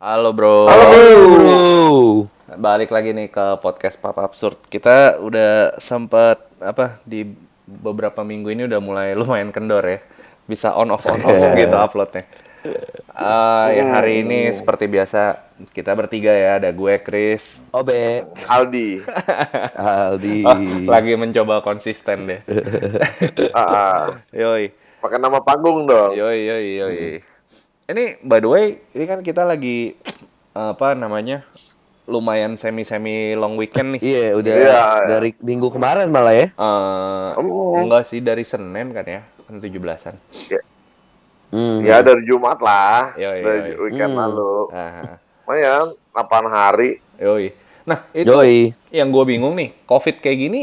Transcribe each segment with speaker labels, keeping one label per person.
Speaker 1: Halo bro.
Speaker 2: Halo bro.
Speaker 1: Balik lagi nih ke podcast Papa Absurd. Kita udah sempet di beberapa minggu ini udah mulai lumayan kendor ya. Bisa on off gitu uploadnya. Ya hari ini
Speaker 2: Hmm,
Speaker 1: seperti biasa kita bertiga ya. Ada gue Chris.
Speaker 3: Obe,
Speaker 2: Aldi.
Speaker 3: Aldi.
Speaker 1: Oh, lagi mencoba konsisten deh.
Speaker 2: Ah,
Speaker 1: Yoi,
Speaker 2: pakai nama panggung dong.
Speaker 1: yoi. Ini by the way, ini kan kita lagi apa namanya? Lumayan semi long weekend nih.
Speaker 3: Iya, udah
Speaker 2: Iya.
Speaker 3: dari minggu kemarin malah ya.
Speaker 2: Hmm,
Speaker 1: Enggak sih dari Senin kan ya, kan 17-an.
Speaker 2: ya,
Speaker 3: Hmm.
Speaker 2: ya dari Jumat lah, dari
Speaker 1: Yoi.
Speaker 2: weekend lalu.
Speaker 1: Ah,
Speaker 2: Lumayan, 8 hari.
Speaker 1: yoi. Nah, itu
Speaker 3: Yoi.
Speaker 1: yang gue bingung nih, COVID kayak gini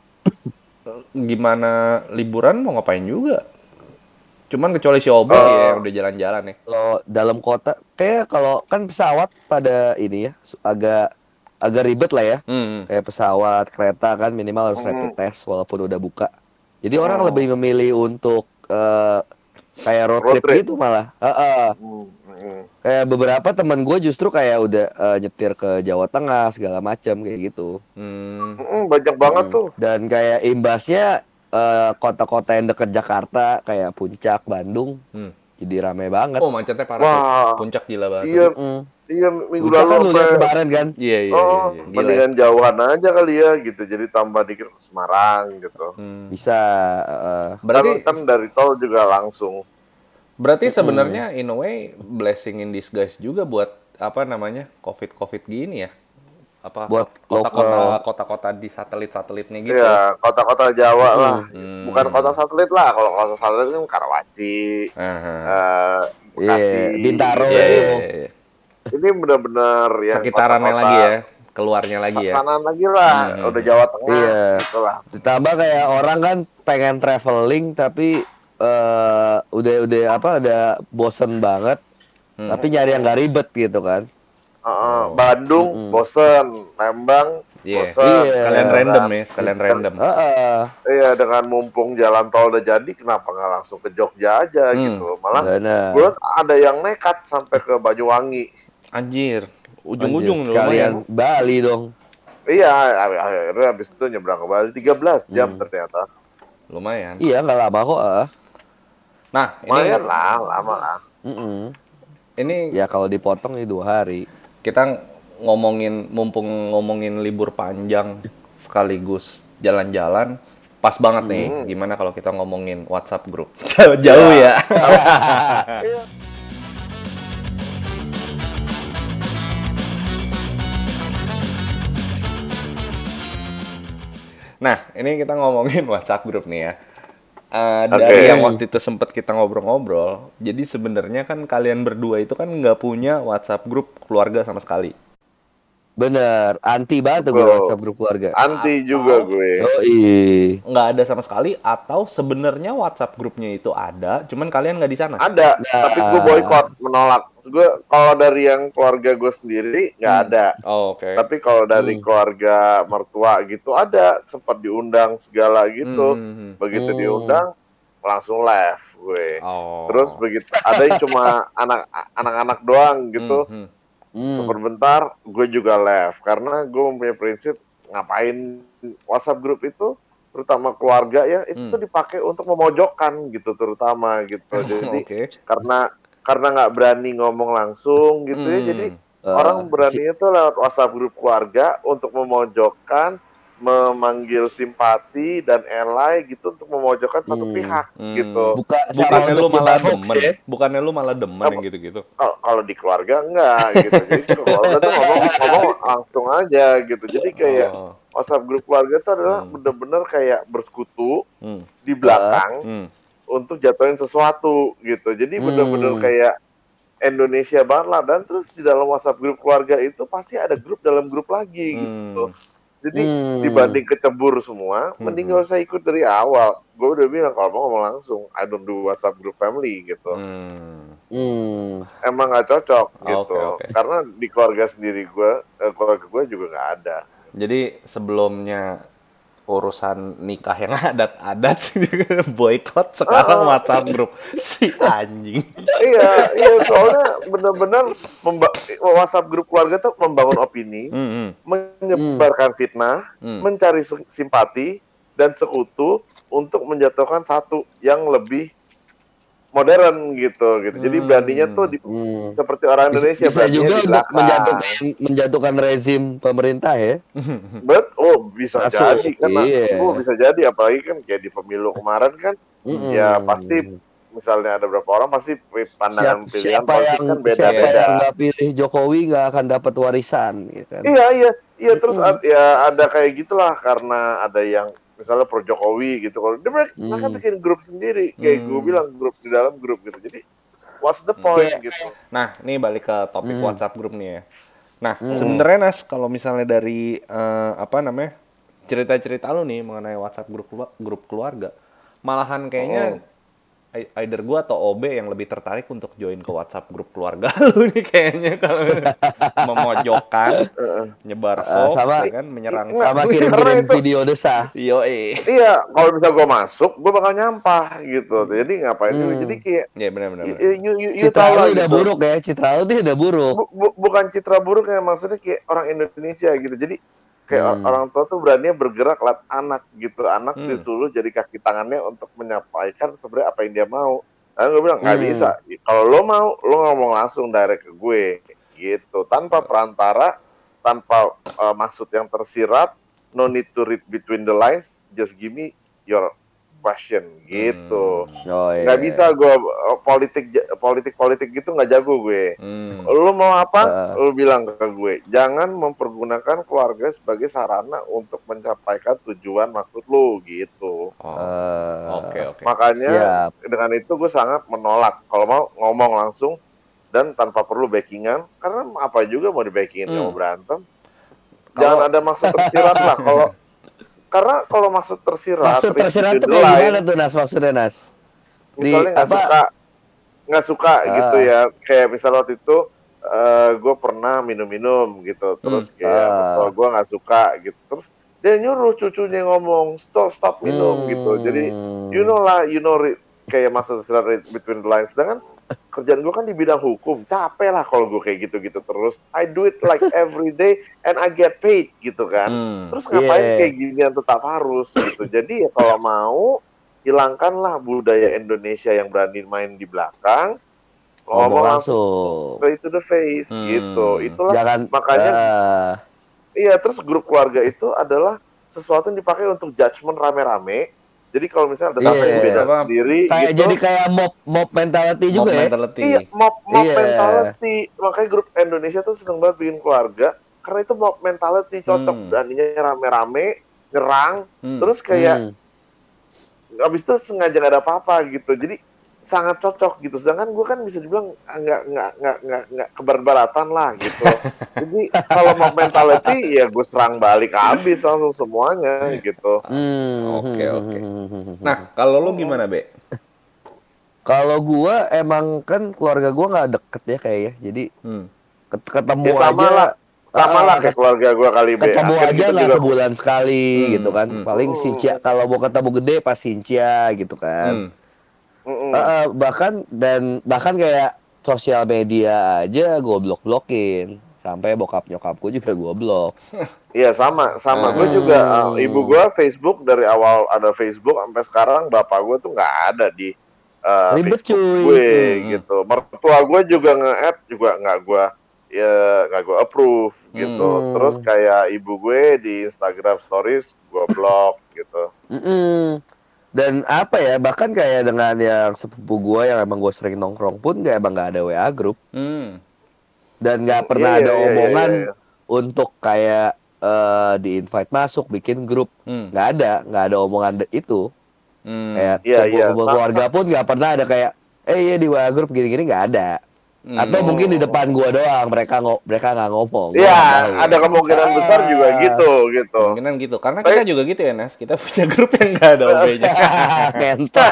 Speaker 1: gimana liburan mau ngapain juga? Cuman kecuali si Obe sih ya, yang udah jalan-jalan ya.
Speaker 3: Kalau dalam kota, kayak kalau kan pesawat pada ini ya, agak ribet lah ya.
Speaker 1: Hmm.
Speaker 3: Kayak pesawat, kereta kan minimal harus rapid test walaupun udah buka. Jadi orang lebih memilih untuk kayak road
Speaker 2: Road
Speaker 3: trip
Speaker 2: trip.
Speaker 3: gitu malah. Heeh.
Speaker 2: Hmm.
Speaker 3: Kayak beberapa teman gue justru kayak udah nyetir ke Jawa Tengah segala macam kayak gitu.
Speaker 2: Banyak banget tuh.
Speaker 3: Dan kayak imbasnya kota-kota yang deket Jakarta kayak Puncak, Bandung jadi rame banget.
Speaker 1: Oh, macetnya parah tuh.
Speaker 2: Wah,
Speaker 1: Puncak gila banget.
Speaker 2: iya,
Speaker 1: Tuh.
Speaker 2: iya minggu
Speaker 3: Puncak
Speaker 2: lalu
Speaker 3: kan lu lihat
Speaker 2: sampai.
Speaker 3: kemarin kan?
Speaker 1: Iya. Gila.
Speaker 2: Mendingan jauhan aja kali ya gitu. Jadi tambah dikit ke Semarang gitu.
Speaker 3: Bisa.
Speaker 1: Berarti
Speaker 2: Kan dari tol juga langsung.
Speaker 1: Berarti sebenarnya in a way blessing in disguise juga buat apa namanya COVID gini ya? Apa
Speaker 3: Buat
Speaker 1: kota-kota di satelitnya gitu?
Speaker 2: Iya, kota-kota Jawa lah. Bukan kota satelit lah. Kalau kota satelit kan Karawaci, Bekasi.
Speaker 3: Iya, Bintaro.
Speaker 1: Iya.
Speaker 2: Ini benar-benar yang
Speaker 1: Sekitarannya
Speaker 2: kota-kota
Speaker 1: lagi ya, keluarnya lagi ya.
Speaker 2: sanan lagi lah. Udah Jawa Tengah.
Speaker 3: Iya.
Speaker 2: Gitu lah.
Speaker 3: Ditambah kayak orang kan pengen traveling tapi udah bosen banget. Tapi nyari yang nggak ribet gitu kan.
Speaker 2: Bandung bosen, Lembang
Speaker 1: Iya.
Speaker 2: bosen.
Speaker 1: Sekalian
Speaker 3: Iya.
Speaker 1: random ya, sekalian random.
Speaker 2: Iya, dengan mumpung jalan tol udah jadi, kenapa nggak langsung ke Jogja aja gitu. Malah
Speaker 3: Benar.
Speaker 2: gue ada yang nekat sampai ke Banyuwangi.
Speaker 1: Anjir, ujung-ujung
Speaker 3: sekalian
Speaker 1: lumayan.
Speaker 3: Bali dong.
Speaker 2: Iya, akhirnya habis itu nyebrang ke Bali 13 jam ternyata.
Speaker 1: Lumayan.
Speaker 3: Iya nggak lama kok.
Speaker 1: Nah,
Speaker 2: Lumayan lah, lama lah.
Speaker 1: ini
Speaker 3: Ya kalau dipotong ya 2 hari.
Speaker 1: kita mumpung ngomongin libur panjang sekaligus jalan-jalan, pas banget nih. Gimana kalau kita ngomongin WhatsApp grup? Jauh ya. Nah, ini kita ngomongin WhatsApp grup nih ya. Dari yang waktu itu sempat kita ngobrol-ngobrol, jadi sebenarnya kan kalian berdua itu kan nggak punya WhatsApp grup keluarga sama sekali.
Speaker 3: Bener, anti banget tuh gue
Speaker 2: Betul.
Speaker 3: WhatsApp grup keluarga.
Speaker 2: Anti juga gue.
Speaker 3: Yoi.
Speaker 1: Nggak ada sama sekali, atau sebenarnya WhatsApp grupnya itu ada, cuman kalian nggak di sana.
Speaker 2: Ada, tapi gue boykot, menolak. Gue kalau dari yang keluarga gue sendiri nggak ada.
Speaker 1: Oh, oke.
Speaker 2: Tapi kalau dari keluarga mertua gitu ada, sempat diundang segala gitu. Begitu diundang langsung left gue.
Speaker 1: Oh.
Speaker 2: Terus begitu ada yang cuma anak-anak doang gitu. Sebentar gue juga left karena gue mempunyai prinsip ngapain WhatsApp grup itu terutama keluarga ya itu tuh dipakai untuk memojokkan gitu terutama gitu. Jadi
Speaker 1: Oke.
Speaker 2: karena nggak berani ngomong langsung gitu ya jadi orang berani itu lewat WhatsApp grup keluarga untuk memojokkan, memanggil simpati dan ally gitu untuk memojokkan satu pihak gitu.
Speaker 1: Bukannya lu
Speaker 3: untuk
Speaker 1: malah
Speaker 3: nyebar hoax
Speaker 1: demen,
Speaker 3: ya?
Speaker 1: bukannya lu malah demen yang gitu-gitu.
Speaker 2: Kalau di keluarga enggak gitu. Jadi ke keluarga tuh ngomong langsung aja gitu. Jadi kayak WhatsApp grup keluarga itu adalah bener-bener kayak bersekutu di belakang untuk jatuhin sesuatu gitu. Jadi bener-bener kayak Indonesia banget lah. Dan terus di dalam WhatsApp grup keluarga itu pasti ada grup dalam grup lagi gitu. Jadi dibanding kecebur semua, mending gak usah ikut dari awal. Gue udah bilang kalau mau ngomong langsung, I don't do WhatsApp group family gitu. Emang nggak cocok gitu.
Speaker 1: Oke.
Speaker 2: Karena di keluarga sendiri gue, keluarga gue juga nggak ada.
Speaker 1: Jadi sebelumnya urusan nikah yang adat-adat boykot sekarang WhatsApp grup si anjing.
Speaker 2: Iya, soalnya benar-benar WhatsApp grup keluarga tuh membangun opini, menyebarkan fitnah, mencari simpati dan sekutu untuk menjatuhkan satu yang lebih modern gitu. Jadi beraninya tuh seperti orang Indonesia
Speaker 3: bisa
Speaker 2: beraninya
Speaker 3: juga
Speaker 2: di
Speaker 3: untuk
Speaker 2: belakang.
Speaker 3: menjatuhkan rezim pemerintah ya.
Speaker 2: Bisa
Speaker 3: Masuk,
Speaker 2: jadi kan.
Speaker 3: iya.
Speaker 2: Bisa jadi apalagi kan kayak di pemilu kemarin kan ya pasti misalnya ada beberapa orang pasti pandangan pilihan politik kan beda-beda.
Speaker 3: Siapa yang nggak pilih Jokowi nggak akan dapat warisan gitu kan.
Speaker 2: Iya terus ya ada kayak gitulah karena ada yang misalnya pro Jokowi gitu. Kalau mereka bikin grup sendiri kayak gue bilang grup di dalam grup gitu. Jadi what's the point gitu.
Speaker 1: Nah, ini balik ke topik WhatsApp grup nih ya. Nah, sebenarnya Nas kalau misalnya dari cerita-cerita lu nih mengenai WhatsApp grup keluarga, malahan kayaknya either gua atau OB yang lebih tertarik untuk join ke WhatsApp grup keluarga lu nih kayaknya kalau memojokkan, nyebar hoax, ya kan, menyerang
Speaker 3: sama kirim-kirim video desah.
Speaker 2: Iya, kalau bisa gue masuk, gue bakal nyampah gitu. Jadi ngapain juga? Jadi kayak
Speaker 1: benar.
Speaker 3: Citra lu udah gitu. Buruk ya, citra lu tuh udah buruk.
Speaker 2: Bukan citra buruk ya, maksudnya kayak orang Indonesia gitu. Jadi kayak orang tua tuh berani bergerak lewat anak gitu. Anak disuruh jadi kaki tangannya untuk menyampaikan sebenarnya apa yang dia mau. Dan gue bilang nggak bisa. Kalau lo mau, lo ngomong langsung direct ke gue gitu, tanpa perantara, tanpa maksud yang tersirat. No need to read between the lines, just give me your question gitu. Nggak bisa gue politik gitu nggak jago gue. Lu mau apa? Lu bilang ke gue. Jangan mempergunakan keluarga sebagai sarana untuk mencapai tujuan maksud lu gitu.
Speaker 1: Oke.
Speaker 2: Makanya dengan itu gue sangat menolak. Kalau mau ngomong langsung dan tanpa perlu backingan, karena apa juga mau di backingin mau berantem. Jangan ada maksud tersirat lah. Karena kalau maksud tersirat
Speaker 3: itu kayak gimana tuh Nas maksudnya Nas?
Speaker 2: Misalnya nggak suka gitu ya. Kayak misalnya waktu itu gue pernah minum gitu, terus kayak betul gue nggak suka gitu, terus dia nyuruh cucunya ngomong stop minum gitu. Jadi you know kayak maksud tersirat between the lines. Sedangkan kerjaan gue kan di bidang hukum, capek lah kalau gue kayak gitu-gitu terus. I do it like every day and I get paid gitu kan. Terus ngapain kayak ginian tetap harus gitu. Jadi ya kalau mau hilangkanlah budaya Indonesia yang berani main di belakang, ngomong langsung straight to the face gitu. Itulah makanya iya, terus grup keluarga itu adalah sesuatu yang dipakai untuk judgement rame-rame. Jadi kalau misalnya ada satu yang beda sendiri
Speaker 3: kayak
Speaker 2: gitu.
Speaker 3: Jadi kayak mob mentality juga ya.
Speaker 2: Iya, mob mentality. Makanya grup Indonesia tuh seneng banget bikin keluarga karena itu mob mentality, cocok beraninya rame-rame, nyerang, terus kayak habis itu sengaja gak ada apa-apa gitu. Jadi sangat cocok gitu. Sedangkan gue kan bisa dibilang nggak kebar-baratan lah gitu. Jadi kalau mob mentality ya gue serang balik habis langsung semuanya gitu.
Speaker 1: Oke. Nah, kalau lu gimana, Be?
Speaker 3: Kalau gue emang kan keluarga gue nggak deket ya kayaknya. Jadi ketemu
Speaker 2: ya, sama lah kayak keluarga gue kali, Be.
Speaker 3: Ketemu aja nggak sebulan sekali gitu kan. Paling Sincia kalau mau ketemu gede pas Sincia gitu kan. Bahkan kayak sosial media aja gue blok-blokin. Sampai bokap nyokapku juga gue blok.
Speaker 2: Iya sama. Gue juga ibu gue Facebook dari awal ada Facebook sampai sekarang bapak gue tuh nggak ada di Facebook gue gitu. Mertua gue juga nge-add juga nggak gue approve gitu. Terus kayak ibu gue di Instagram Stories gue blok gitu.
Speaker 3: Dan apa ya, bahkan kayak dengan yang sepupu gue yang emang gue sering nongkrong pun emang gak ada WA grup. Dan gak pernah ada omongan untuk kayak di-invite masuk, bikin grup. Gak ada omongan itu. Kayak kumpul keluarga pun gak pernah ada kayak, iya di WA grup gini-gini gak ada. Atau mungkin di depan gua doang mereka nggak ngomong.
Speaker 2: Iya, ada kemungkinan besar juga gitu.
Speaker 1: Kemungkinan gitu, karena kita juga gitu ya Nas. Kita punya grup yang nggak ada OB-nya.
Speaker 3: Kentot.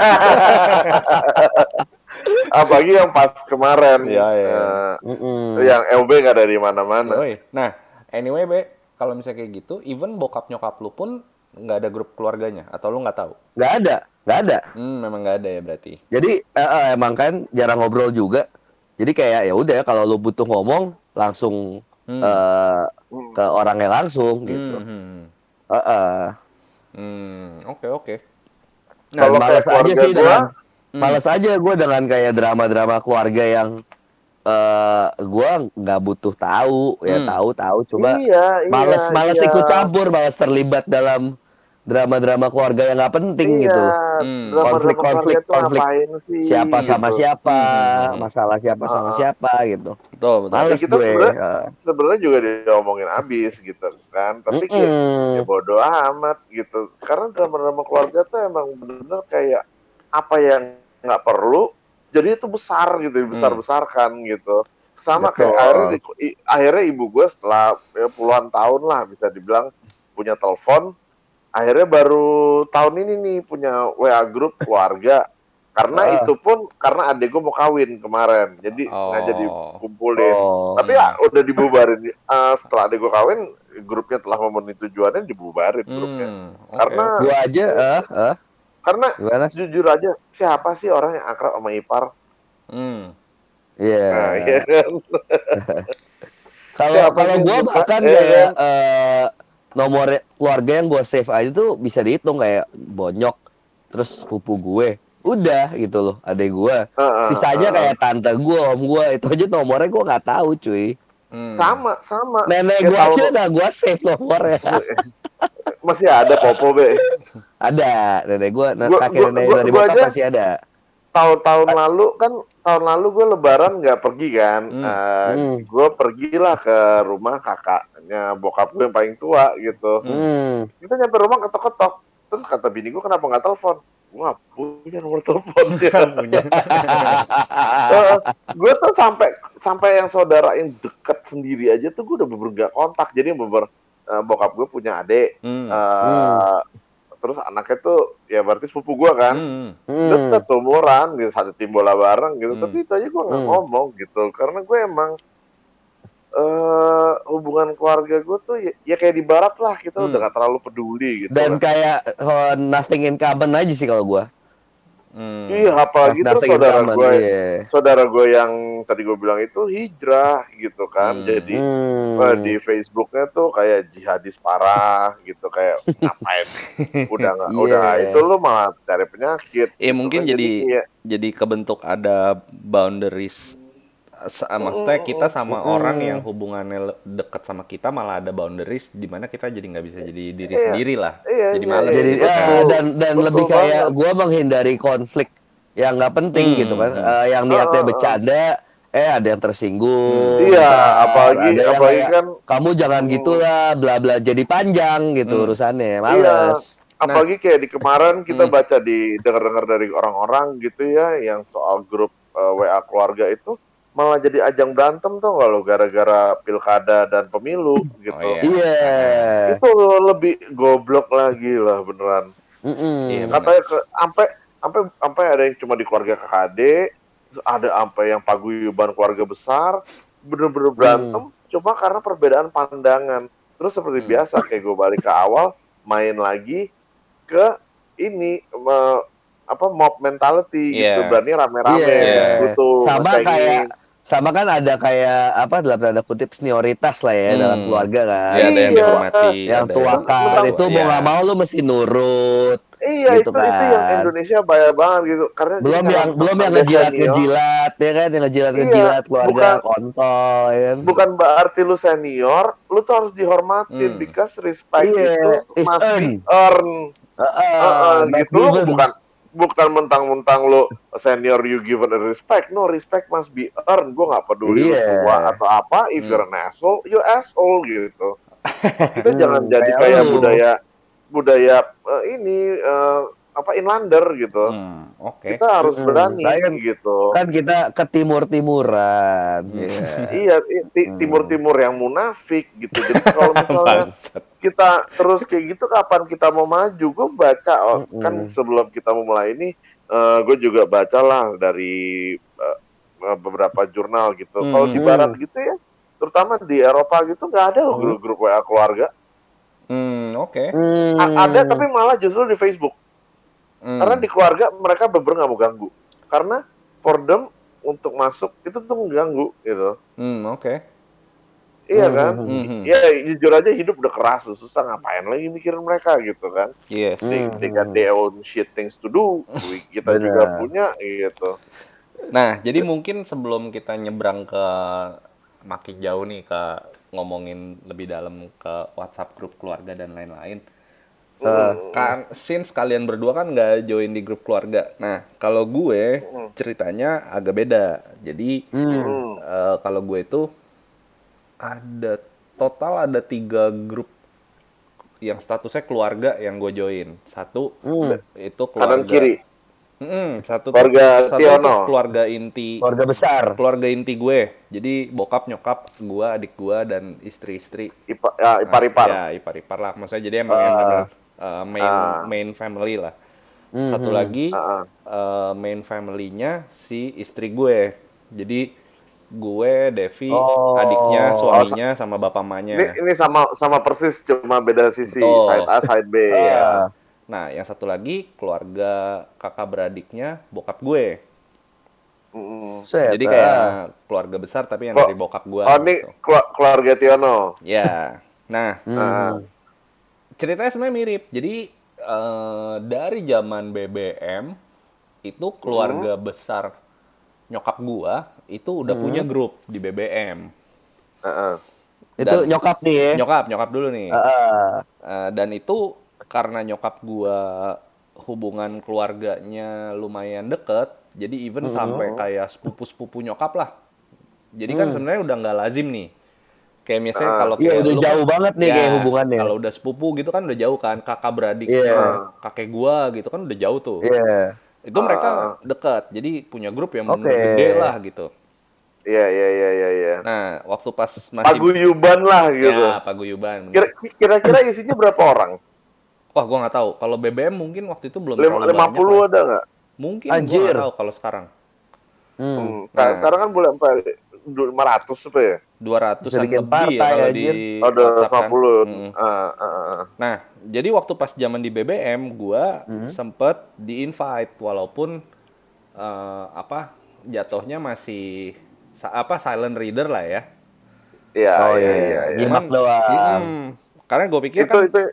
Speaker 2: Apalagi yang pas kemarin, yang LB nggak ada di mana-mana.
Speaker 1: Nah, anyway Be, kalau misalnya kayak gitu, even bokap nyokap lu pun nggak ada grup keluarganya atau lu nggak tahu?
Speaker 3: Nggak ada.
Speaker 1: Memang nggak ada ya berarti.
Speaker 3: Jadi emang kan jarang ngobrol juga. Jadi kayak ya udah kalau lu butuh ngomong langsung ke orangnya langsung gitu.
Speaker 1: Oke.
Speaker 3: Nah, malas aja sih malas aja gue dengan kayak drama-drama keluarga yang gue nggak butuh tahu ya tahu coba malas ikut campur, malas terlibat dalam drama-drama keluarga yang nggak penting gitu. Konflik
Speaker 2: sih,
Speaker 3: siapa
Speaker 2: gitu.
Speaker 3: sama siapa, masalah siapa sama siapa gitu.
Speaker 1: Betul.
Speaker 2: Males kita sebenarnya juga diomongin abis gitu kan, tapi kayak ya bodo amat gitu. Karena drama-drama keluarga tuh emang bener-bener kayak apa yang nggak perlu, jadi itu besar gitu, dibesar-besarkan gitu. Sama kayak akhirnya ibu gue setelah puluhan tahun lah bisa dibilang punya telepon, akhirnya baru tahun ini nih punya WA grup keluarga. Karena itu pun karena adek gue mau kawin kemarin, jadi sengaja dikumpulin. Tapi ya udah dibubarin. Setelah adek gue kawin, grupnya telah memenuhi tujuannya, dibubarin grupnya. Karena
Speaker 3: gue aja,
Speaker 2: karena jujur aja, siapa sih orang yang akrab sama ipar?
Speaker 3: Iya kan. Kalau gue bahkan kayak nomor keluarga yang gue save aja tuh bisa dihitung, kayak bonyok, terus sepupu gue. Udah gitu loh, adek gue. Sisanya kayak tante gue, om gue, itu aja nomornya gue nggak tahu cuy.
Speaker 2: Sama.
Speaker 3: Nenek gue aja udah gue save nomornya.
Speaker 2: Masih ada Popo be.
Speaker 3: Ada, nenek gue, kakek nenek dari bokap masih ada.
Speaker 2: Tahun lalu gue lebaran nggak pergi kan. Gue pergilah ke rumah kakaknya bokap gue yang paling tua gitu. Kita nyampe rumah ketok-ketok. Terus kata bini gue, kenapa nggak telepon? Wah, punya nomor telepon dia. Gue tuh sampai yang saudara yang deket sendiri aja tuh gue udah nggak kontak. Jadi bokap gue punya adik, terus anaknya tuh ya berarti sepupu gue kan, deket seumuran, gitu, satu tim bola bareng gitu. Tapi itu aja gue nggak ngomong gitu, karena gue emang hubungan keluarga gue tuh ya kayak di barat lah, kita udah gak terlalu peduli gitu.
Speaker 3: Dan kayak nothing in common aja sih kalau gue.
Speaker 2: Iya, apalagi terus saudara gue yang tadi gue bilang itu hijrah gitu kan. Jadi di Facebooknya tuh kayak jihadis parah gitu, kayak ngapain udah itu lu malah cari penyakit.
Speaker 1: Mungkin
Speaker 2: kan.
Speaker 1: jadi kebentuk ada boundaries. Maksudnya kita sama orang yang hubungannya dekat sama kita malah ada boundaries di mana kita jadi nggak bisa jadi diri sendiri lah, jadi males gitu kan.
Speaker 3: Dan lebih kayak gue menghindari konflik yang nggak penting gitu kan, yang niatnya bercanda ada yang tersinggung.
Speaker 2: Iya, apalagi kan
Speaker 3: kamu jangan gitulah, bla bla, jadi panjang gitu urusannya, males.
Speaker 2: Apalagi kayak di kemarin kita baca dengar dari orang-orang gitu ya, yang soal grup WA keluarga itu malah jadi ajang berantem tuh kalau gara-gara pilkada dan pemilu gitu.
Speaker 3: Iya.
Speaker 2: Itu lebih goblok lagi lah beneran. Katanya sampai ada yang cuma di keluarga KKD, ada sampai yang paguyuban keluarga besar, bener-bener berantem cuma karena perbedaan pandangan. Terus seperti biasa kayak gue balik ke awal, main lagi ke ini mob mentality gitu, berani rame-rame gitu.
Speaker 3: Sama kan ada kayak dalam tanda kutip senioritas lah ya dalam keluarga kan.
Speaker 1: Ada yang dihormati,
Speaker 3: yang tua kan itu mau nggak mau lu mesti nurut.
Speaker 2: Iya,
Speaker 3: gitu
Speaker 2: itu yang Indonesia banyak banget gitu. Karena
Speaker 3: belum yang ngejilat ya kan, yang ngejilat keluarga kontol ya kan.
Speaker 2: Bukan berarti lu senior, lu tuh harus dihormatin because respect itu must be earned. Gitu bukan mentang-mentang lo senior you given a respect. No, respect must be earned. Gue nggak peduli lo tua atau apa. If you're an asshole, you asshole gitu. Kita jangan jadi kayak budaya ini inlander gitu. Kita harus berani gitu.
Speaker 3: Kan kita ke timur-timuran.
Speaker 2: Iya, timur-timur yang munafik gitu. Jadi kalau misalnya kita terus kayak gitu, kapan kita mau maju? Gue baca kan sebelum kita memulai ini, gue juga bacalah dari beberapa jurnal gitu. Kalau di barat gitu ya, terutama di Eropa gitu, nggak ada loh grup WA keluarga.
Speaker 1: Oke.
Speaker 2: Ada tapi malah justru di Facebook. Karena di keluarga mereka bener-bener nggak mau ganggu. Karena for them untuk masuk itu tuh mengganggu gitu.
Speaker 1: Oke.
Speaker 2: Iya kan? Ya jujur aja hidup udah keras, susah ngapain lagi mikirin mereka gitu kan?
Speaker 1: Yes.
Speaker 2: They got their own shit things to do. Kita juga punya gitu.
Speaker 1: Nah, jadi mungkin sebelum kita nyebrang ke makin jauh nih ke ngomongin lebih dalam ke WhatsApp grup keluarga dan lain-lain. Kan since kalian berdua kan nggak join di grup keluarga. Nah, kalau gue ceritanya agak beda. Jadi kalau gue itu ada total ada 3 grup yang statusnya keluarga yang gue join. Satu itu keluarga
Speaker 2: Kanan kiri.
Speaker 1: Satu
Speaker 2: Keluarga
Speaker 1: itu
Speaker 2: Tiono.
Speaker 1: keluarga inti.
Speaker 3: Keluarga besar.
Speaker 1: Keluarga inti gue. Jadi bokap, nyokap, gue, adik gue dan istri-istri.
Speaker 2: Ipar-ipar.
Speaker 1: Ya, ipar-ipar lah. Maksudnya jadi emang yang benar main family lah. Satu lagi main family-nya si istri gue. Jadi gue, Devi, adiknya, suaminya, sama bapak mamanya.
Speaker 2: Ini sama persis, cuma beda sisi.
Speaker 1: Betul.
Speaker 2: Side A, side B. Ya.
Speaker 1: Nah, yang satu lagi keluarga kakak beradiknya bokap gue. Jadi kayak keluarga besar tapi yang dari bokap gue.
Speaker 2: Ini keluarga Tiono.
Speaker 1: Ya. Nah, ceritanya sebenarnya mirip. Jadi dari zaman BBM itu keluarga besar nyokap gue itu udah punya grup di BBM.
Speaker 3: Itu nyokap nih ya?
Speaker 1: Nyokap dulu nih. Dan itu karena nyokap gua hubungan keluarganya lumayan deket, jadi even sampai kayak sepupu-sepupu nyokap lah. Jadi kan sebenarnya udah nggak lazim nih. Kayak misalnya kalau kayak
Speaker 3: udah jauh banget nih kayak hubungannya.
Speaker 1: Kalau udah sepupu gitu kan udah jauh kan, kakak beradik kakek gua gitu kan udah jauh tuh. Itu mereka deket, jadi punya grup yang gede lah gitu.
Speaker 2: Iya.
Speaker 1: Nah, waktu pas masih
Speaker 2: paguyuban lah gitu.
Speaker 1: Ya, paguyuban.
Speaker 2: Kira-kira isinya berapa orang?
Speaker 1: Wah, gue nggak tahu. Kalau BBM mungkin waktu itu belum
Speaker 2: 50
Speaker 1: terlalu banyak.
Speaker 2: ada nggak?
Speaker 1: Mungkin gue nggak tahu kalau sekarang.
Speaker 2: Sekarang kan boleh 500 apa ya?
Speaker 1: 200-an lebih ya kalau di WhatsApp kan. Nah, jadi waktu pas zaman di BBM, gue sempet di-invite walaupun jatuhnya masih silent reader lah ya.
Speaker 2: Iya.
Speaker 3: Nyimak doang.
Speaker 1: Karena gue pikir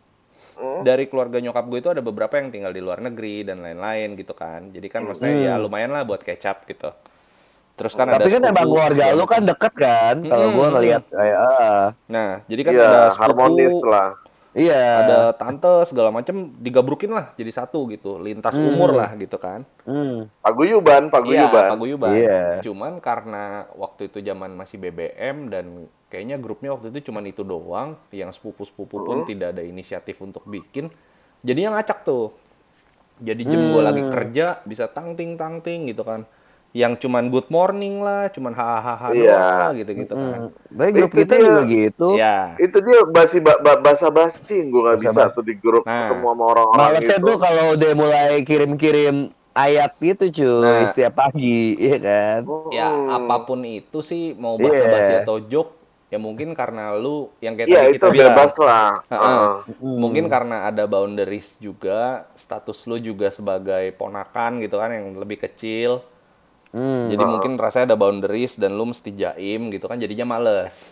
Speaker 1: dari keluarga nyokap gue itu ada beberapa yang tinggal di luar negeri dan lain-lain gitu kan. Jadi kan maksudnya ya lumayan lah buat kecap gitu. Terus kan
Speaker 3: tapi
Speaker 1: ada
Speaker 3: kan emang keluarga lu kan deket kan. Kalau gue ngelihat kayak
Speaker 1: Nah, jadi kan ada sepupu,
Speaker 2: harmonis lah.
Speaker 3: Iya.
Speaker 1: Ada tante segala macam digabrukin lah jadi satu gitu, lintas umur lah gitu kan.
Speaker 2: Paguyuban.
Speaker 1: Iya, paguyuban.
Speaker 3: Iya.
Speaker 1: Cuman karena waktu itu zaman masih BBM dan kayaknya grupnya waktu itu cuman itu doang, yang sepupu-sepupu pun tidak ada inisiatif untuk bikin. Jadi yang ngacak tuh. Jadi jam gue lagi kerja bisa tang-ting gitu kan. Yang cuman good morning lah, cuman hahaha doang lah gitu kan.
Speaker 3: Tapi grup kita juga gitu.
Speaker 1: Ya.
Speaker 2: Itu dia basa-basi gue nggak bisa tuh di grup ketemu sama orang-orang
Speaker 3: gitu. Malesnya tuh kalau udah mulai kirim-kirim ayat gitu cuy setiap pagi, iya kan?
Speaker 1: Ya apapun itu sih mau basa-basi atau joke, ya mungkin karena lu yang kayak tadi kita bilang.
Speaker 2: Bebas lah.
Speaker 1: Mungkin karena ada boundaries juga, status lu juga sebagai ponakan gitu kan yang lebih kecil. Jadi mungkin rasanya ada boundaries dan lu mesti jaim gitu kan, jadinya males.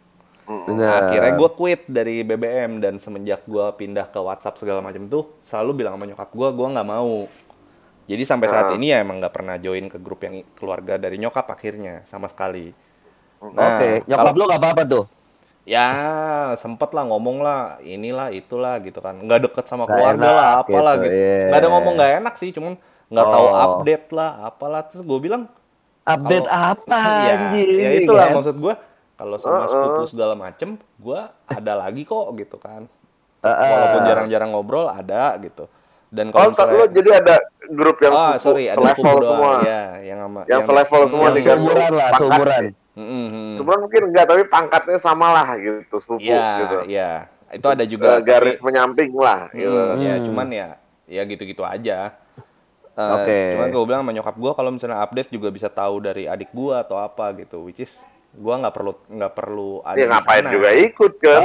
Speaker 1: Nah, akhirnya gue quit dari BBM dan semenjak gue pindah ke WhatsApp segala macam tuh selalu bilang sama nyokap gue nggak mau. Jadi sampai saat ini ya emang nggak pernah join ke grup yang keluarga dari nyokap akhirnya sama sekali.
Speaker 3: Nah, nyokap lu nggak apa-apa tuh?
Speaker 1: Ya sempet lah ngomong lah inilah itulah gitu kan, nggak deket sama keluarga lah apalah gitu. Nggak ada ngomong nggak enak sih, cuman nggak tahu update lah apalah. Terus gue bilang
Speaker 3: update apa anjir,
Speaker 1: ya itulah kan? Maksud gue kalau sama sepupu segala macem gue ada lagi kok gitu kan, walaupun jarang-jarang ngobrol ada gitu. Dan kalau misalnya
Speaker 2: lo jadi ada grup yang selevel semua
Speaker 1: ya,
Speaker 2: yang selevel semua nih kan,
Speaker 3: seumuran
Speaker 2: seumuran mungkin enggak, tapi pangkatnya sama lah gitu, sepupu gitu.
Speaker 1: Iya, itu ada juga
Speaker 2: garis menyamping lah gitu.
Speaker 1: Ya cuman ya gitu-gitu aja. Cuman gue bilang sama nyokap gue kalau misalnya update juga bisa tahu dari adik gue atau apa gitu, which is Gua nggak perlu ada
Speaker 2: Ya
Speaker 1: di
Speaker 2: ngapain
Speaker 1: sana.
Speaker 2: juga ikut kan.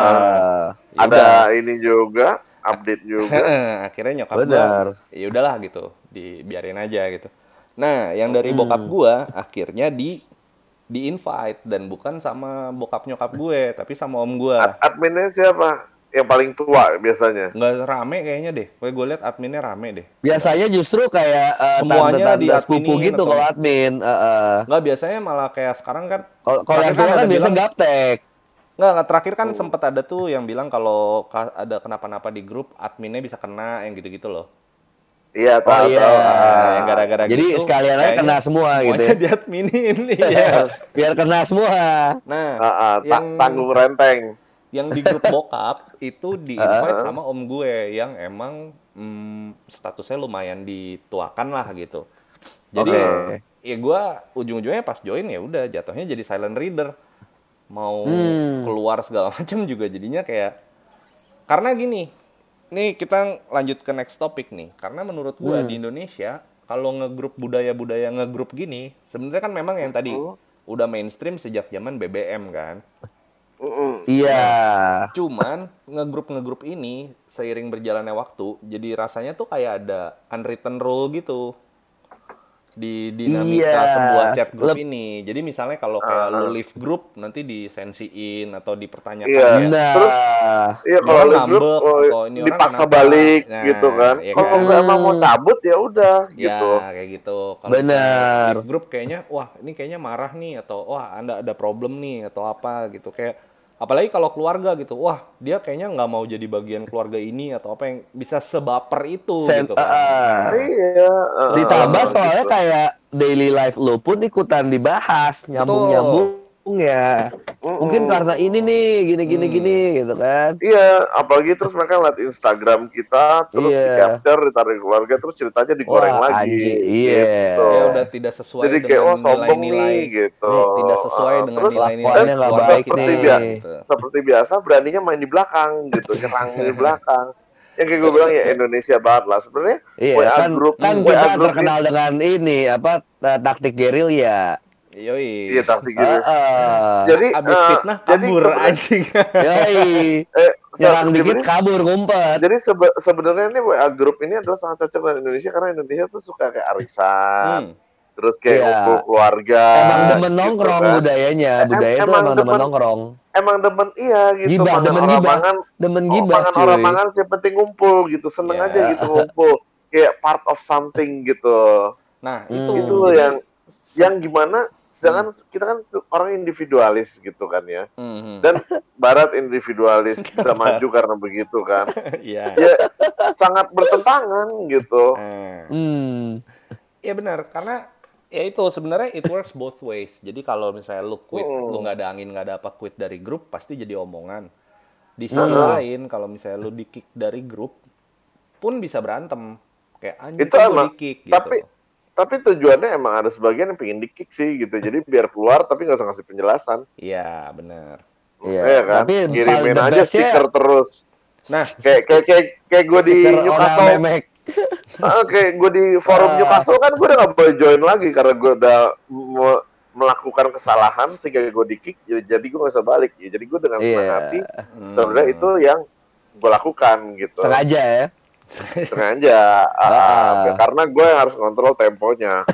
Speaker 2: Ada ini juga, update juga.
Speaker 1: Akhirnya nyokap gua ya udahlah gitu, dibiarin aja gitu. Nah, yang dari bokap gua akhirnya di invite dan bukan sama bokap nyokap gue, tapi sama om gua.
Speaker 2: Adminnya siapa? Yang paling tua biasanya?
Speaker 1: Nggak rame kayaknya deh. Gue lihat adminnya rame deh.
Speaker 3: Biasanya justru kayak
Speaker 1: semuanya
Speaker 3: tante-tante sepupu gitu kalau admin.
Speaker 1: Nggak, biasanya malah kayak sekarang kan.
Speaker 3: Kalau yang tua kan biasa gaptek.
Speaker 1: Nggak, terakhir kan sempet ada tuh yang bilang kalau ada kenapa-napa di grup, adminnya bisa kena yang gitu-gitu loh.
Speaker 2: Iya, tahu.
Speaker 1: Yang gara-gara
Speaker 3: jadi
Speaker 1: gitu.
Speaker 3: Jadi sekalian aja kena semua gitu.
Speaker 1: Semuanya diadminin. Iya.
Speaker 3: Biar kena semua.
Speaker 1: Nah,
Speaker 2: tanggung renteng.
Speaker 1: Yang di grup bokap itu di-invite sama om gue yang emang statusnya lumayan dituakan lah gitu. Jadi ya gue ujung-ujungnya pas join ya udah jatuhnya jadi silent reader. Mau keluar segala macam juga jadinya kayak, karena gini, nih kita lanjut ke next topic nih. Karena menurut gue di Indonesia kalau ngegrup budaya-budaya ngegrup gini, sebenarnya kan memang yang tadi udah mainstream sejak zaman BBM kan.
Speaker 3: Iya.
Speaker 1: Cuman ngegrup ini seiring berjalannya waktu jadi rasanya tuh kayak ada unwritten rule gitu di dinamika sebuah chat grup ini. Jadi misalnya kalau kayak lu leave grup nanti disensiin atau dipertanyakan.
Speaker 2: Terus kalau leave grup dipaksa balik gitu kan. Kalau nggak emang mau cabut ya udah gitu.
Speaker 1: Ya kayak gitu. Kalau leave grup kayaknya wah ini kayaknya marah nih atau wah Anda ada problem nih atau apa gitu kayak. Apalagi kalau keluarga gitu, wah dia kayaknya nggak mau jadi bagian keluarga ini atau apa yang bisa sebaper itu gitu kan.
Speaker 3: Ditambah soalnya gitu. Kayak daily life lu pun ikutan dibahas, nyambung ya. Mungkin karena ini nih, gini gitu kan.
Speaker 2: Iya, apalagi terus mereka lihat Instagram kita, terus di-capture, ditarik keluarga, terus ceritanya digoreng lagi.
Speaker 3: Gitu.
Speaker 1: Ya udah tidak sesuai
Speaker 2: jadi
Speaker 1: dengan
Speaker 2: nilai-nilai
Speaker 1: gitu. Tidak sesuai dengan nilai-nilai
Speaker 3: nggak baik
Speaker 2: seperti biasa beraninya main di belakang gitu, nyerang di belakang. Yang kayak gue bilang ya Indonesia banget lah sebenarnya.
Speaker 3: WA group kita terkenal dengan ini taktik gerilya.
Speaker 1: Yoi.
Speaker 2: Iya taktik gerilya. Jadi
Speaker 1: abis fitnah kabur anjing.
Speaker 3: Yoi. Nyerang dikit kabur ngumpet.
Speaker 2: Jadi sebenarnya ini WA group ini adalah sangat cocok dengan Indonesia karena Indonesia tuh suka kayak arisan. Terus kayak kumpul keluarga.
Speaker 3: Emang demen nongkrong gitu, budayanya. Budaya itu emang demen nongkrong.
Speaker 2: Emang demen gitu.
Speaker 3: Gibah, demen gibah.
Speaker 2: Mangan orang mangan sih penting ngumpul gitu. Seneng aja gitu ngumpul. Kayak part of something gitu.
Speaker 1: Nah,
Speaker 2: itu yang gimana sedangkan kita kan orang individualis gitu kan ya. Dan barat individualis bisa maju karena begitu kan. Ya sangat bertentangan gitu.
Speaker 1: Iya benar, karena ya itu sebenarnya it works both ways. Jadi kalau misalnya lu quit, lu nggak ada angin, nggak ada apa quit dari grup, pasti jadi omongan. Di sisi lain, kalau misalnya lu di-kick dari grup, pun bisa berantem. Kayak anjing lu di-kick gitu.
Speaker 2: Tapi tujuannya emang ada sebagian yang pengen di-kick sih gitu. Jadi biar keluar tapi nggak usah ngasih penjelasan.
Speaker 1: Iya, benar.
Speaker 2: Iya kan? Tapi kirimin aja stiker terus.
Speaker 1: Nah,
Speaker 2: kayak gue di Newcastle. Kayak gue di forum Newcastle kan gue udah nggak boleh join lagi karena gue udah melakukan kesalahan sehingga gue di-kick. Jadi gue nggak usah balik. Ya, jadi gue dengan senang hati. Sebenarnya itu yang gue lakukan gitu.
Speaker 3: Sengaja ya?
Speaker 2: Sengaja. Karena gue yang harus kontrol temponya.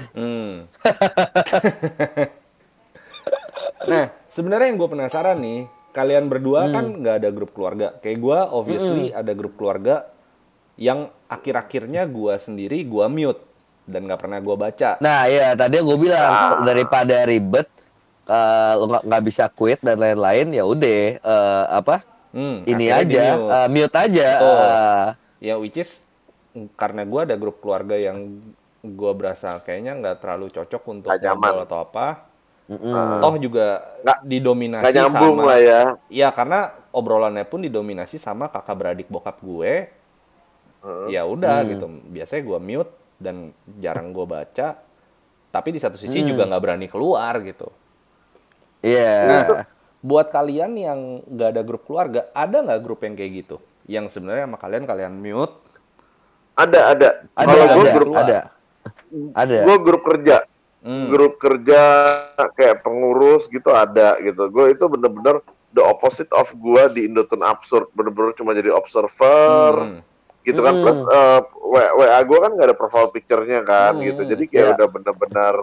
Speaker 1: Nah, sebenarnya yang gue penasaran nih, kalian berdua kan nggak ada grup keluarga. Kayak gue, obviously ada grup keluarga yang akhir-akhirnya gue sendiri gue mute dan nggak pernah gue baca.
Speaker 3: Nah, iya tadi gue bilang daripada ribet, lo nggak bisa quit dan lain-lain, ya udah ini aja, mute aja.
Speaker 1: Ya, which is karena gue ada grup keluarga yang gue berasa kayaknya nggak terlalu cocok untuk ngobrol atau apa. Toh juga didominasi sama
Speaker 2: lah ya.
Speaker 1: Iya, karena obrolannya pun didominasi sama kakak beradik bokap gue. Ya udah gitu. Biasanya gue mute dan jarang gue baca. Tapi di satu sisi juga nggak berani keluar gitu.
Speaker 3: Iya.
Speaker 1: Nah, buat kalian yang nggak ada grup keluarga, ada nggak grup yang kayak gitu? Yang sebenarnya sama kalian mute?
Speaker 2: Ada. Kalau gue grup
Speaker 3: ada.
Speaker 2: Gue grup kerja. grup kerja kayak pengurus gitu ada gitu. Gue itu bener-bener the opposite of gue di Indotune Absurd, bener-bener cuma jadi observer gitu kan. Plus WA gue kan nggak ada profile picture-nya kan gitu, jadi kayak udah bener-bener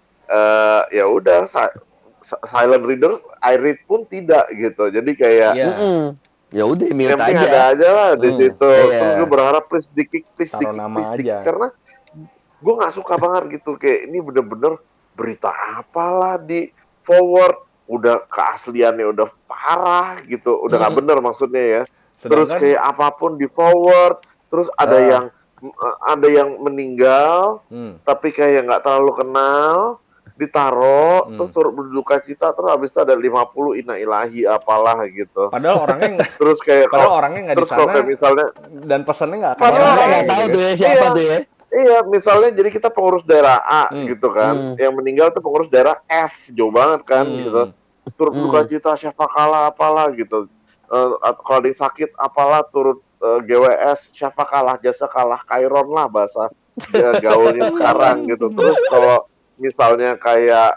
Speaker 2: ya udah silent reader, I read pun tidak gitu, jadi kayak
Speaker 3: ya udah mute
Speaker 2: yang penting
Speaker 3: aja.
Speaker 2: ada aja lah di situ. Terus gue berharap please dikik karena gue nggak suka banget gitu, kayak ini bener-bener berita apalah di forward, udah keasliannya udah parah gitu, udah nggak bener maksudnya ya. Terus kayak apapun di forward, terus ada yang meninggal tapi kayak nggak terlalu kenal, ditaro terus turut berduka cita, terus habis itu ada 50 inna ilahi apalah gitu.
Speaker 1: Padahal orangnya
Speaker 2: terus kayak
Speaker 1: orangnya nggak di sana,
Speaker 2: kayak misalnya
Speaker 1: dan pesannya nggak
Speaker 3: akan nggak tahu tuh ya siapa tuh ya.
Speaker 2: Iya, misalnya jadi kita pengurus daerah A gitu kan, yang meninggal tuh pengurus daerah F, jauh banget kan gitu. Turut berduka cita, syafaqalah apalah gitu. Kalau ada yang sakit apalah turut GWS, syafaqalah, jasa kalah, kairon lah bahasa gaulnya sekarang gitu. Terus kalau misalnya kayak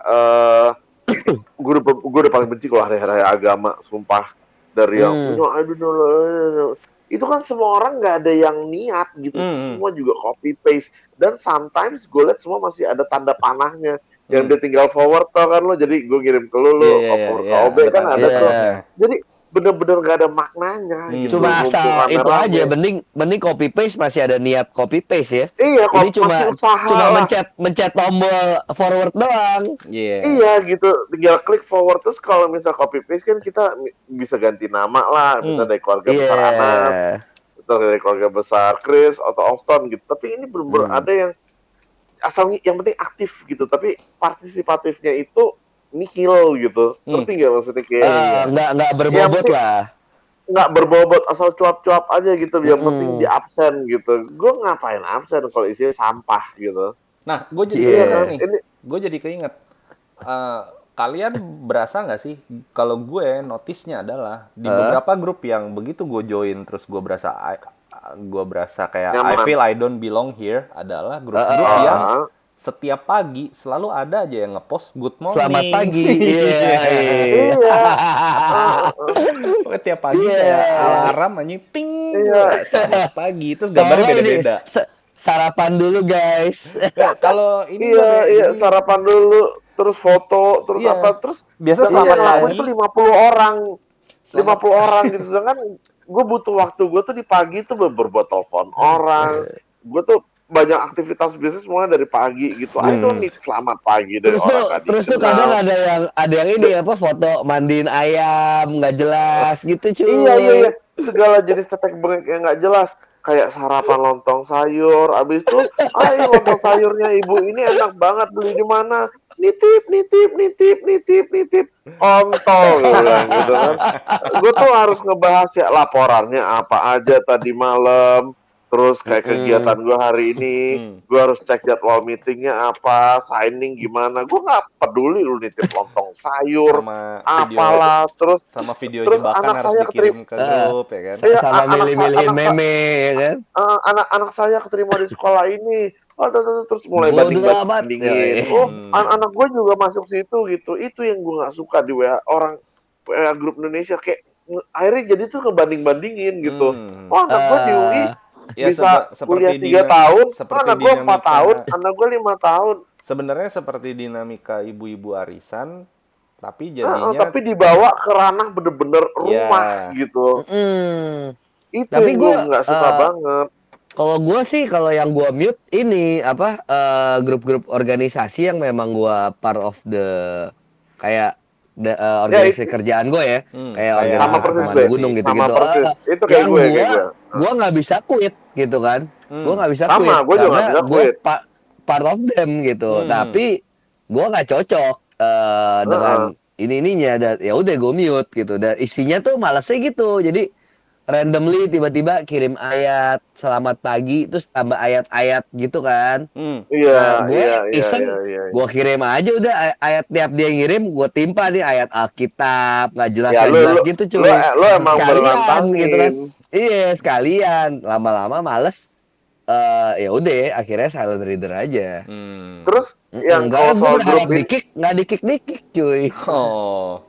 Speaker 2: gue udah paling benci kalau hari-hari agama, sumpah, dari yang I don't know, itu kan semua orang nggak ada yang niat gitu, semua juga copy paste, dan sometimes gue liat semua masih ada tanda panahnya, yang dia tinggal forward tau kan lo, jadi gue ngirim ke lo forward ke OB kan ada tuh, jadi bener-bener nggak ada maknanya gitu.
Speaker 3: Cuma asal itu aja, mending copy paste masih ada niat copy paste ya.
Speaker 2: Iya,
Speaker 3: ini cuma mencet tombol forward doang.
Speaker 2: Iya gitu, tinggal klik forward. Terus kalau misal copy paste kan kita bisa ganti nama lah, misalnya dari keluarga besar Anas atau dari keluarga besar Chris atau Austin gitu. Tapi ini benar-benar ada yang asal yang penting aktif gitu, tapi partisipatifnya itu nihil gitu. Ngerti nggak maksudnya kayak
Speaker 3: nggak berbobot lah.
Speaker 2: Nggak berbobot, asal cuap-cuap aja gitu. Yang penting di absen gitu. Gue ngapain absen kalau isinya sampah gitu.
Speaker 1: Nah, gue jadi keinget. Kalian berasa nggak sih? Kalau gue notice-nya adalah di beberapa grup yang begitu gue join, terus gue berasa kayak I feel I don't belong here, adalah grup-grup yang setiap pagi selalu ada aja yang ngepost good morning.
Speaker 3: Selamat pagi.
Speaker 1: Setiap pagi kayak alarm anjing ting. Selamat pagi. Terus gambarnya beda-beda.
Speaker 3: Sarapan dulu guys.
Speaker 1: Kalau ini
Speaker 2: sarapan dulu, terus foto, terus apa, terus
Speaker 1: biasa selamat pagi
Speaker 2: itu 50 orang. 50 orang gitu. Sedangkan gue butuh waktu gue tuh di pagi tuh berbuat telepon orang. Gue tuh banyak aktivitas bisnis mulai dari pagi gitu. I don't need selamat pagi dari orang.
Speaker 3: Terus tuh kadang ada yang ini apa, foto mandiin ayam nggak jelas gitu cuy.
Speaker 2: Iya. Segala jenis tetek bengek yang nggak jelas. Kayak sarapan lontong sayur. Abis itu, lontong sayurnya ibu ini enak banget, beli di mana? Nitip. Kontol gitu kan. Gue tuh harus ngebahas ya laporannya apa aja tadi malam. Terus kayak kegiatan gue hari ini, gue harus cek jadwal meetingnya apa, signing gimana. Gue nggak peduli lu nitip lontong sayur,
Speaker 1: sama
Speaker 2: apalah. Terus
Speaker 1: sama video jebakan harus dikirim ke grup ya kan.
Speaker 3: Sama milih-milihin meme ya kan.
Speaker 2: Anak saya keterima di sekolah ini. Terus mulai bandingin. Anak gue juga masuk situ gitu. Itu yang gue nggak suka di WA grup Indonesia, kayak akhirnya jadi tuh ngebanding-bandingin gitu. Anak gue di UI bisa kuliah 3 tahun, anak gue 4 tahun, anak gue 5 tahun.
Speaker 1: Sebenarnya seperti dinamika ibu-ibu arisan, tapi jadinya
Speaker 2: tapi dibawa ke ranah bener-bener rumah gitu. Itu tapi yang gue nggak suka banget.
Speaker 3: Kalau gue sih, kalau yang gue mute ini apa, grup-grup organisasi yang memang gue part of the kayak organisasi kerjaan gue ya, kayak organisasi gunung gitu-gitu.
Speaker 2: Itu kayak
Speaker 3: gue nggak bisa quit gitu kan. Gue nggak bisa quit
Speaker 2: gue
Speaker 3: karena gue part of them gitu. Tapi gue nggak cocok dengan ininya, dan ya udah gue mute gitu. Dan isinya tuh malesnya gitu. Jadi randomly tiba-tiba kirim ayat selamat pagi, terus tambah ayat-ayat gitu kan. Gue kirim aja udah ayat, tiap dia ngirim gue timpa nih ayat Alkitab nggak jelas gitu cuy.
Speaker 2: Lo emang
Speaker 3: sekalian gitu kan. Iya sekalian, lama-lama males Ya udah, akhirnya silent reader aja.
Speaker 2: Terus yang
Speaker 3: Enggak,
Speaker 2: kalau
Speaker 3: gue
Speaker 2: soal
Speaker 3: berharap
Speaker 2: grup ini,
Speaker 3: nggak dikik cuy.
Speaker 1: Oh.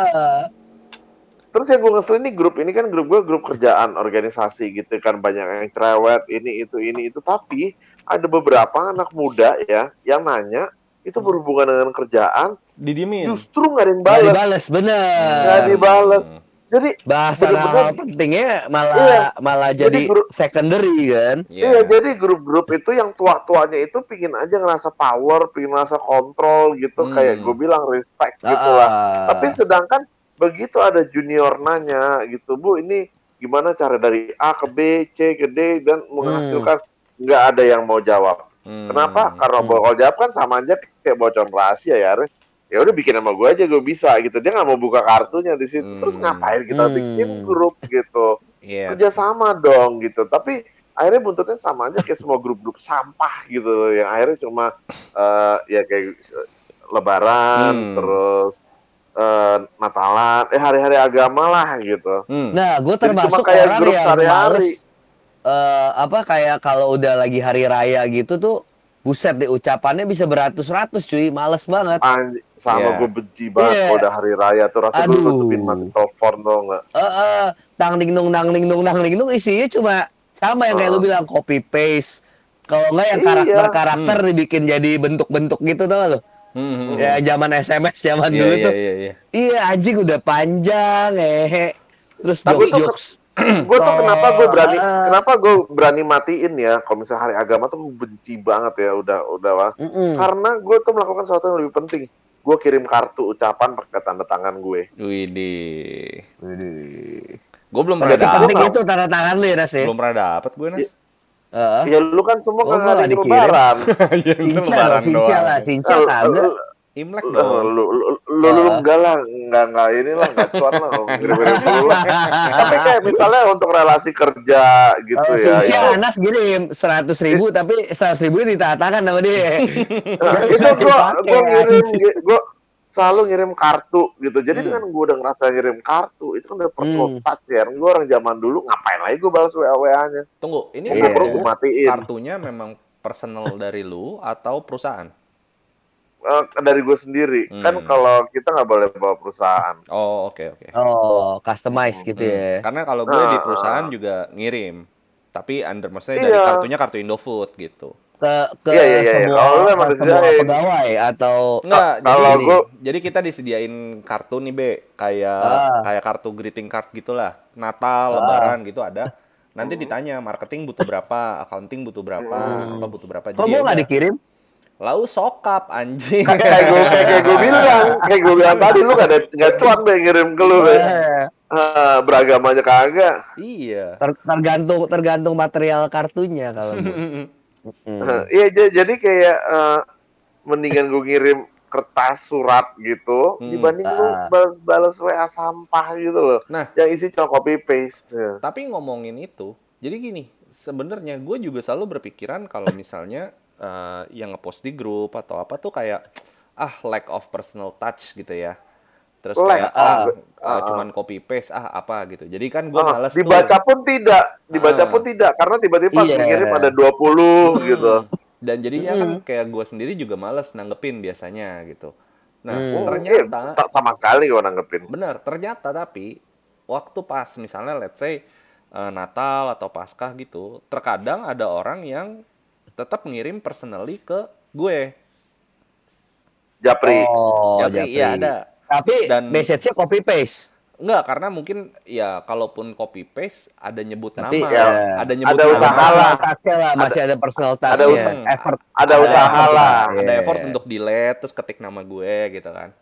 Speaker 2: terus yang gue ngeselin nih grup ini kan grup gue grup kerjaan organisasi gitu kan, banyak yang cerewet ini itu tapi ada beberapa anak muda ya yang nanya itu berhubungan dengan kerjaan
Speaker 1: Didiemin.
Speaker 2: justru nggak ada yang
Speaker 3: Nggak
Speaker 2: balas,
Speaker 3: dibales, bener.
Speaker 2: nggak dibales. Jadi
Speaker 3: Bahasan
Speaker 2: bener-bener
Speaker 3: hal pentingnya
Speaker 2: iya.
Speaker 3: malah
Speaker 2: Jadi
Speaker 3: jadi secondary kan.
Speaker 2: Iya, jadi grup-grup itu yang tua-tuanya itu pingin aja ngerasa power, pingin ngerasa kontrol gitu, kayak gue bilang respect gitulah. Tapi sedangkan begitu ada junior nanya gitu, Bu, ini gimana cara dari A ke B, C ke D dan menghasilkan, nggak ada yang mau jawab. Kenapa? Karena kalau jawab kan sama aja kayak bocor rahasia ya. Ya udah bikin sama gue aja, gue bisa gitu. Dia nggak mau buka kartunya di situ. Terus ngapain kita bikin grup gitu? Kerja sama dong gitu. Tapi akhirnya buntutnya sama aja kayak semua grup-grup sampah gitu yang akhirnya cuma ya kayak Lebaran terus Natalan hari-hari agama lah gitu.
Speaker 3: Nah, gue
Speaker 2: Jadi cuma
Speaker 3: termasuk
Speaker 2: kayak
Speaker 3: orang
Speaker 2: grup
Speaker 3: yang
Speaker 2: sehari-hari.
Speaker 3: males kayak kalau udah lagi hari raya gitu tuh buset deh ucapannya bisa beratus-ratus cuy, males banget.
Speaker 2: Sama gue benci banget kalau udah hari raya tuh rasa gue tutupin mati telepon dong nggak.
Speaker 3: Tang ding dong isinya cuma sama yang kayak lu bilang copy paste. Kalau enggak yang karakter dibikin jadi bentuk-bentuk gitu tuh lo. Ya zaman SMS zaman dulu tuh. Iya anjing udah panjang terus jokes.
Speaker 2: Gue tuh kenapa gue berani matiin ya kalau misalnya hari agama tuh gue benci banget ya udah karena gue tuh melakukan sesuatu yang lebih penting. Gue kirim kartu ucapan pakai tanda tangan gue.
Speaker 1: Widih. Gue belum pernah
Speaker 3: dapet. Penting itu tanda tangan lu ya Nas ya?
Speaker 1: Belum pernah dapet gue Nas.
Speaker 2: Ya lu kan semua nggak ada lebaran.
Speaker 3: Sinca kagak.
Speaker 1: Imlek dong.
Speaker 2: Lu enggak lah, enggak inilah, enggak cuan lah, ngirim-ngirim dulu lah. Tapi kayak misalnya untuk relasi kerja gitu ya.
Speaker 3: Sinca Anas kirim 100.000 tapi 100.000 ditatakan sama dia.
Speaker 2: Itu gue ngirim, gue selalu ngirim kartu gitu. Jadi dengan gue udah ngerasa ngirim kartu, itu kan udah personal touch ya. Gue orang zaman dulu ngapain lagi gue balas WA-WA-nya.
Speaker 1: Tunggu, ini kartunya memang personal dari lu atau perusahaan?
Speaker 2: Dari gue sendiri. Kan kalau kita nggak boleh bawa perusahaan.
Speaker 1: Oh, oke.
Speaker 3: Oh, customize gitu ya.
Speaker 1: Karena kalau gue di perusahaan juga ngirim. Tapi maksudnya dari kartunya kartu Indofood gitu.
Speaker 3: Ke
Speaker 2: semua
Speaker 3: pegawai atau
Speaker 1: enggak, jadi kita disediain kartu nih kayak kartu greeting card gitulah, Natal, Lebaran gitu ada. Nanti ditanya marketing butuh berapa, accounting butuh berapa, apa butuh berapa.
Speaker 3: Jadi nggak dikirim?
Speaker 1: Lau sokap anjing.
Speaker 2: Kayak gue bilang tadi lu nggak cuan deh ngirim ke lu beragamanya kagak.
Speaker 1: Iya.
Speaker 3: Tergantung material kartunya kalau.
Speaker 2: Iya jadi kayak mendingan gue ngirim kertas surat gitu dibanding lu balas WA sampah gitu loh.
Speaker 1: Nah,
Speaker 2: yang isi cuma copy paste.
Speaker 1: Tapi ngomongin itu, jadi gini, sebenarnya gue juga selalu berpikiran kalau misalnya yang ngepost di grup atau apa tuh kayak lack of personal touch gitu ya. Terus kayak cuman copy paste apa gitu. Jadi kan gue males
Speaker 2: dibaca pun tidak karena tiba-tiba pas ngirim ada 20 gitu.
Speaker 1: Dan jadinya kan kayak gue sendiri juga males nanggepin biasanya gitu. Nah, ternyata
Speaker 2: sama sekali gue nanggepin.
Speaker 1: Bener, ternyata tapi waktu pas misalnya let's say Natal atau Paskah gitu, terkadang ada orang yang tetap ngirim personally ke gue.
Speaker 2: Japri.
Speaker 1: Iya ada.
Speaker 3: Tapi message-nya copy paste.
Speaker 1: Enggak, karena mungkin ya kalaupun copy paste ada nyebut
Speaker 2: tapi,
Speaker 1: nama, ada nyebut
Speaker 2: ada usaha lah,
Speaker 3: masih ada personal touch,
Speaker 2: ada usaha lah,
Speaker 1: ada effort untuk delete terus ketik nama gue gitu kan.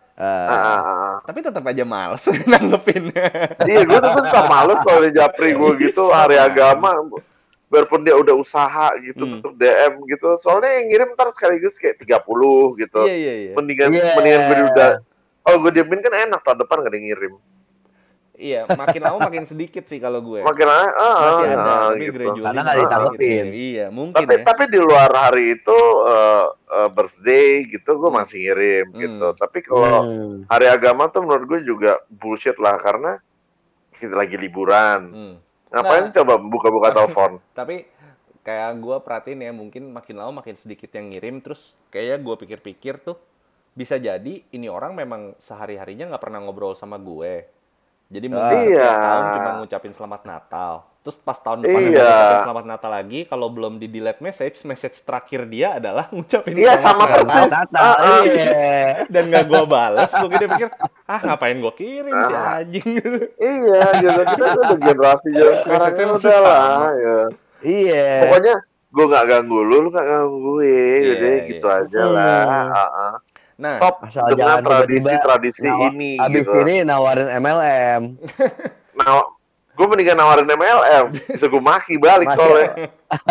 Speaker 1: Tapi tetap aja males nanggepin.
Speaker 2: Iya, gue tetap males kalau di Japri gue gitu hari agama. Biarpun dia udah usaha gitu untuk DM gitu, soalnya yang ngirim ntar sekaligus kayak 30 gitu.
Speaker 1: Iya.
Speaker 2: Mendingan gue udah, gue diemin kan enak, tahun depan gak ada ngirim.
Speaker 1: Iya, makin lama makin sedikit sih kalau gue.
Speaker 2: Makin lama
Speaker 1: masih ada, tapi
Speaker 2: gitu.
Speaker 1: gradually
Speaker 3: karena nggak ditanggepin.
Speaker 1: Iya, mungkin
Speaker 2: tapi di luar hari itu birthday gitu gue masih ngirim gitu. Tapi kalau hari agama tuh menurut gue juga bullshit lah, karena kita lagi liburan. Ngapain coba buka-buka telepon?
Speaker 1: Tapi kayak gue perhatiin ya, mungkin makin lama makin sedikit yang ngirim, terus kayaknya gue pikir-pikir tuh bisa jadi ini orang memang sehari-harinya nggak pernah ngobrol sama gue. Jadi mungkin setiap tahun cuma ngucapin selamat Natal. Terus pas tahun depan ngucapin selamat Natal lagi, kalau belum di delete message terakhir dia adalah ngucapin
Speaker 2: selamat Natal.
Speaker 1: Dan nggak gue balas, mungkin dia pikir, ngapain gue kirim si anjing.
Speaker 2: Iya, gitu. Kita udah generasi sekarang udah lah. Ya.
Speaker 3: Iya.
Speaker 2: Pokoknya gue nggak ganggu lu nggak ganggu gue, udah gitu aja lah.
Speaker 1: Nah,
Speaker 2: stop dengan tradisi-tradisi ini.
Speaker 3: Abis
Speaker 2: gitu.
Speaker 3: ini nawarin MLM.
Speaker 2: Nah, gue mendingan nawarin MLM, bisa gue maki balik soalnya.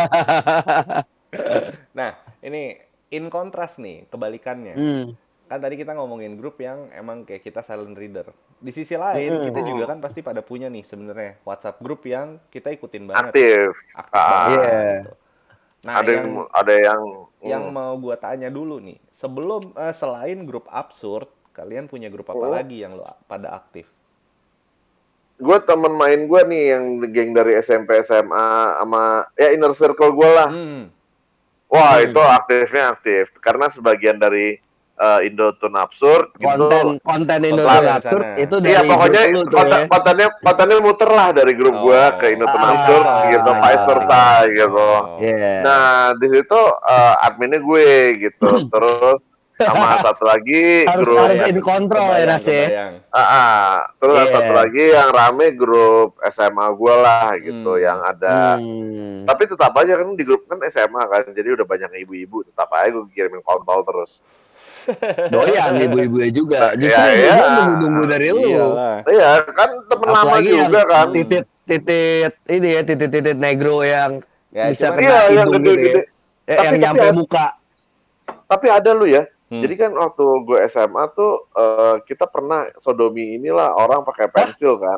Speaker 1: Nah, ini in kontras nih, kebalikannya. Kan tadi kita ngomongin grup yang emang kayak kita silent reader. Di sisi lain, kita juga kan pasti pada punya nih sebenarnya WhatsApp grup yang kita ikutin banget.
Speaker 2: Aktif
Speaker 1: banget. Gitu. Nah,
Speaker 2: ada yang
Speaker 1: mau gue tanya dulu nih, sebelum selain grup absurd, kalian punya grup apa lagi yang lo pada aktif?
Speaker 2: Gue temen main gue nih yang geng dari SMP SMA sama ya inner circle gue lah. Wah itu aktifnya aktif karena sebagian dari Indotune Absurd
Speaker 3: konten Indotune Absurd itu dari
Speaker 2: pokoknya kontennya muter lah dari grup gua ke Indotune Absurd gitu, vice versa gitu. Nah di situ adminnya gue gitu, terus sama satu lagi grup
Speaker 3: harus in control ya Nasi.
Speaker 2: Terus satu lagi yang rame grup SMA gua lah gitu, yang ada. Tapi tetap aja kan di grup kan SMA kan, jadi udah banyak ibu-ibu, tetap aja gue kirimin kontol terus.
Speaker 3: Doyan ibu-ibu juga. Justru nunggu-nunggu dari lu.
Speaker 2: Iya, kan temen lama juga kan.
Speaker 3: Titit negro yang bisa kena hidung gitu ya. Yang nyampe muka.
Speaker 2: Tapi ada lu ya. Jadi kan waktu gue SMA tuh kita pernah sodomi inilah orang pakai pensil kan.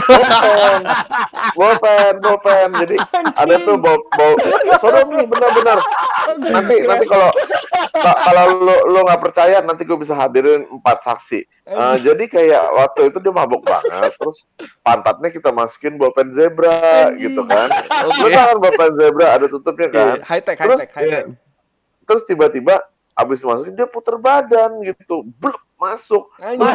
Speaker 2: Bolpen. Jadi ada tuh bau sodomi benar-benar. Nanti kalau lu nggak percaya nanti gue bisa hadirin 4 saksi. Jadi kayak waktu itu dia mabuk banget, terus pantatnya kita masukin bolpen zebra gitu kan. Lu tahu kan bolpen zebra ada tutupnya kan.
Speaker 1: High tech.
Speaker 2: Terus tiba-tiba abis masukin dia puter badan gitu, bluk masuk.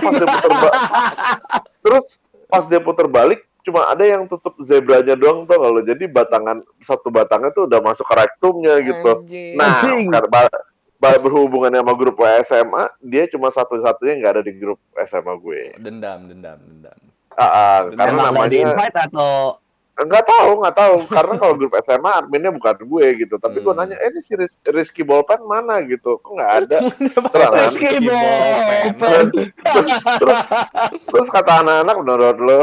Speaker 2: Terus pas dia puter balik cuma ada yang tutup zebranya doang tuh kalau jadi satu batangnya tuh udah masuk ke rektumnya gitu. Nah, berhubungannya sama grup SMA, dia cuma satu-satunya nggak ada di grup SMA gue.
Speaker 1: Dendam.
Speaker 2: Karena namanya
Speaker 3: di invite atau
Speaker 2: Nggak tahu karena kalau grup SMA adminnya bukan gue gitu, tapi gue nanya ini si Rizky Bolpen mana gitu, kok nggak ada.
Speaker 3: Rizky Bolpen.
Speaker 2: terus kata anak-anak menurut lo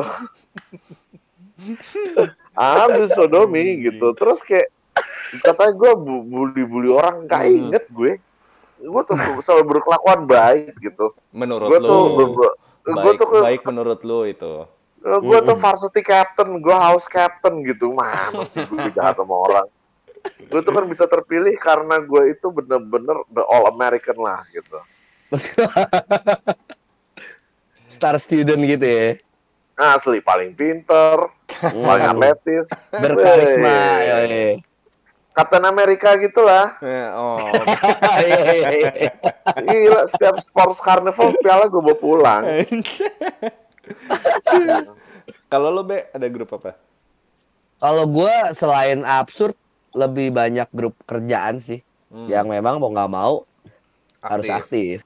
Speaker 2: habis sodomi gitu, terus kayak katanya gue bully orang, nggak inget gue tuh selalu berkelakuan baik gitu.
Speaker 1: Menurut lo baik menurut lo itu.
Speaker 2: Gue tuh varsity captain, gue house captain gitu. Mana sih gue jahat sama orang. Gue tuh kan bisa terpilih karena gue itu bener-bener the all American lah gitu.
Speaker 3: Star student gitu ya.
Speaker 2: Asli, paling pinter, paling atletis,
Speaker 3: berkarisma.
Speaker 2: Captain America gitulah. Gila, setiap sports carnival piala gue bawa pulang.
Speaker 1: Kalau lo ada grup apa?
Speaker 3: Kalau gue selain absurd lebih banyak grup kerjaan sih, yang memang mau nggak mau harus aktif.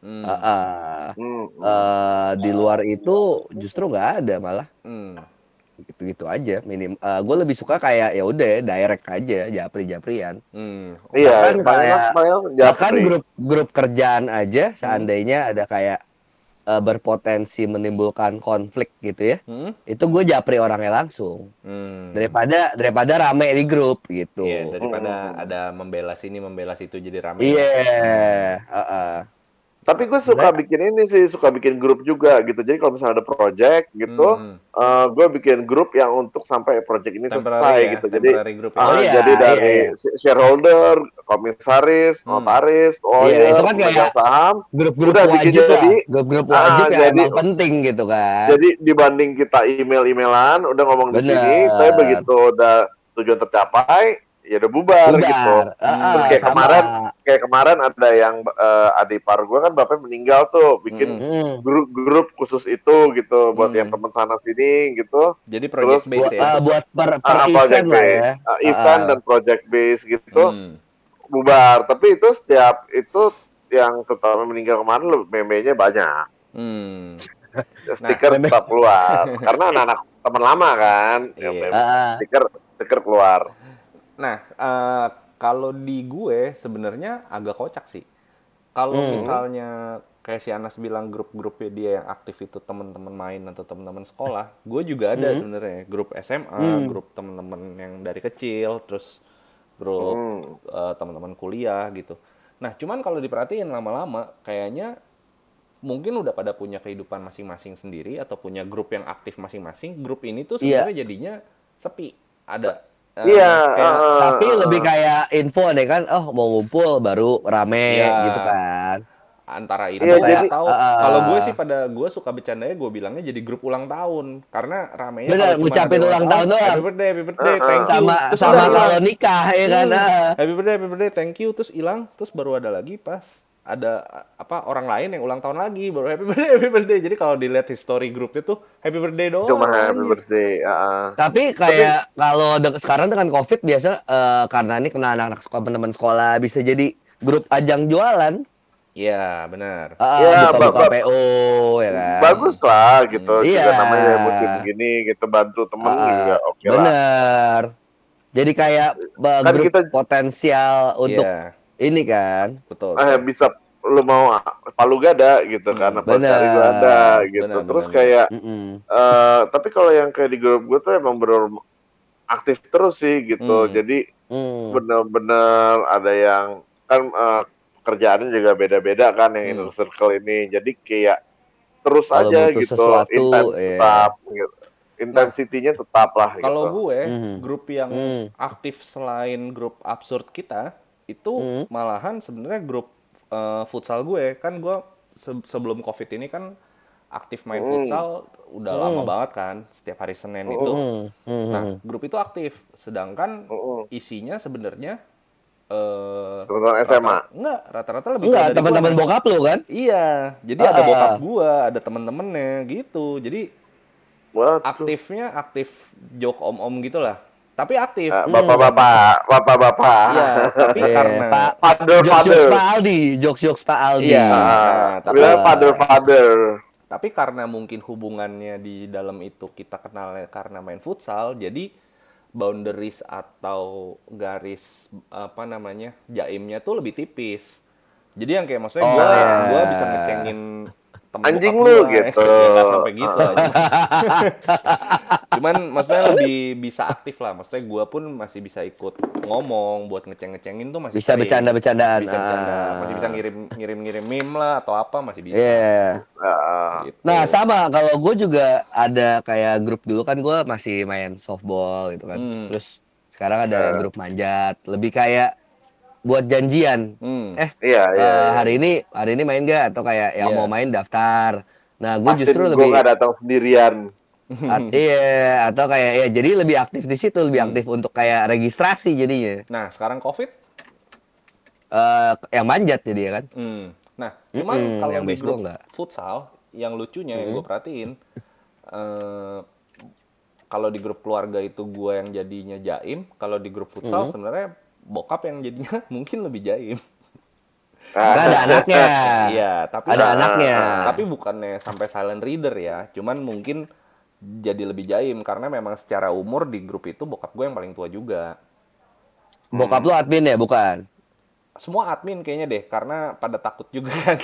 Speaker 3: Di luar itu justru nggak ada malah. Gitu-gitu aja. Gue lebih suka kayak ya udah direct aja, japri-japrian.
Speaker 2: Iya,
Speaker 3: bahkan grup kerjaan aja seandainya ada kayak berpotensi menimbulkan konflik gitu ya, itu gue japri orangnya langsung daripada rame di grup gitu.
Speaker 1: Iya, daripada ada membela sini membela situ jadi rame.
Speaker 3: Iya.
Speaker 2: Tapi gue suka bikin grup juga gitu. Jadi kalau misalnya ada project gitu, gue bikin grup yang untuk sampai project ini selesai gitu. Jadi jadi dari shareholder, komisaris, notaris,
Speaker 3: itu kan kayak
Speaker 2: saham,
Speaker 3: grup-grup wajib lah. Grup-grup wajib yang emang penting gitu kan.
Speaker 2: Jadi dibanding kita email-emailan, udah ngomong di sini, tapi begitu udah tujuan tercapai, ya udah bubar gitu. Terus kayak kemarin ada yang adipar gue kan bapaknya meninggal tuh, bikin grup khusus itu gitu buat yang teman sana sini gitu.
Speaker 1: Jadi project base ya.
Speaker 3: Buat per event lah ya.
Speaker 2: Event dan project base gitu. Bubar, tapi itu setiap itu yang terutama meninggal kemarin meme-nya banyak. Stiker tetap keluar karena anak-anak teman lama kan, stiker keluar.
Speaker 1: Nah, kalau di gue sebenarnya agak kocak sih. Kalau misalnya kayak si Anas bilang grup-grupnya dia yang aktif itu teman-teman main atau teman-teman sekolah, gue juga ada sebenarnya grup SMA, grup teman-teman yang dari kecil, terus grup teman-teman kuliah gitu. Nah, cuman kalau diperhatiin lama-lama kayaknya mungkin udah pada punya kehidupan masing-masing sendiri atau punya grup yang aktif masing-masing. Grup ini tuh sebenarnya jadinya sepi. Ada
Speaker 3: tapi lebih kayak info deh kan, mau ngumpul baru rame gitu kan.
Speaker 1: Antara itu atau kalau gue sih gue suka bercandanya gue bilangnya jadi grup ulang tahun karena ramenya
Speaker 3: kalau cuma ngucapin ulang tahun doang.
Speaker 1: Happy birthday, thank you.
Speaker 3: Sama kalau nikah ya kan.
Speaker 1: Happy birthday, thank you, terus hilang, terus baru ada lagi pas ada orang lain yang ulang tahun lagi baru happy birthday. Jadi kalau dilihat history grupnya tuh happy birthday doang.
Speaker 2: Cuma happy birthday.
Speaker 3: Tapi kayak kalau sekarang dengan COVID biasa karena ini kena anak-anak teman-teman sekolah bisa jadi grup ajang jualan.
Speaker 1: Iya, benar.
Speaker 3: Buka PO ya kan.
Speaker 2: Bagus lah gitu. Juga namanya musim gini gitu bantu temen juga oke lah.
Speaker 3: Bener. Jadi kayak kan grup kita potensial untuk ini kan.
Speaker 1: Betul.
Speaker 2: Bisa lu mau Palu Gada gitu kan, apa cari gua ada gitu. Terus kayak tapi kalau yang kayak di grup gue tuh emang bener aktif terus sih gitu. Jadi bener-bener ada yang kan kerjaannya juga beda-beda kan yang inner circle ini. Jadi kayak terus kalo aja gitu, tetap gitu. Intensitinya tetap lah gitu.
Speaker 1: Kalau gue, grup yang aktif selain grup absurd kita, itu malahan sebenarnya grup futsal gue. Kan gue sebelum COVID ini kan aktif main futsal udah lama banget kan, setiap hari Senin itu. Nah, grup itu aktif. Sedangkan isinya sebenarnya
Speaker 2: teman-teman SMA.
Speaker 1: Enggak, rata-rata lebih dari
Speaker 3: teman-teman bokap lu kan?
Speaker 1: Iya, jadi ada bokap gua, ada temen-temennya gitu. Jadi aktifnya aktif joke om-om gitulah. Tapi aktif.
Speaker 2: Bapak-bapak.
Speaker 1: Iya, tapi karena
Speaker 3: jokes Pak Aldi.
Speaker 1: Iya,
Speaker 2: tapi father.
Speaker 1: Tapi karena mungkin hubungannya di dalam itu kita kenalnya karena main futsal, jadi boundaries atau garis jaimnya tuh lebih tipis. Jadi yang kayak maksudnya gue bisa ngecengin temen
Speaker 2: anjing lu gitu.
Speaker 1: Ya nggak sampai gitu aja. Cuman maksudnya lebih bisa aktif lah. Maksudnya gue pun masih bisa ikut ngomong buat ngecengin tuh masih
Speaker 3: bisa bercanda-bercandaan.
Speaker 1: Bisa bercanda, masih bisa ngirim meme lah atau apa masih bisa.
Speaker 3: Gitu. Nah sama kalau gue juga ada kayak grup dulu kan gue masih main softball gitu kan. Terus sekarang ada grup manjat. Lebih kayak buat janjian. Hari ini main gak? Atau kayak yang mau main daftar. Nah, gue justru lebih
Speaker 2: gue gak datang sendirian.
Speaker 3: Atau kayak jadi lebih aktif di situ, lebih aktif untuk kayak registrasi jadinya.
Speaker 1: Nah, sekarang COVID
Speaker 3: yang manjat jadi ya kan.
Speaker 1: Nah, cuman kalau di grup futsal yang lucunya yang gue perhatiin kalau di grup keluarga itu gue yang jadinya jaim, kalau di grup futsal sebenarnya bokap yang jadinya mungkin lebih jaim.
Speaker 3: Karena ada anaknya.
Speaker 1: Iya, tapi
Speaker 3: ada anaknya.
Speaker 1: Tapi bukannya sampai silent reader ya, cuman mungkin jadi lebih jaim karena memang secara umur di grup itu bokap gue yang paling tua juga.
Speaker 3: Bokap lu admin ya, bukan?
Speaker 1: Semua admin kayaknya deh, karena pada takut juga kan.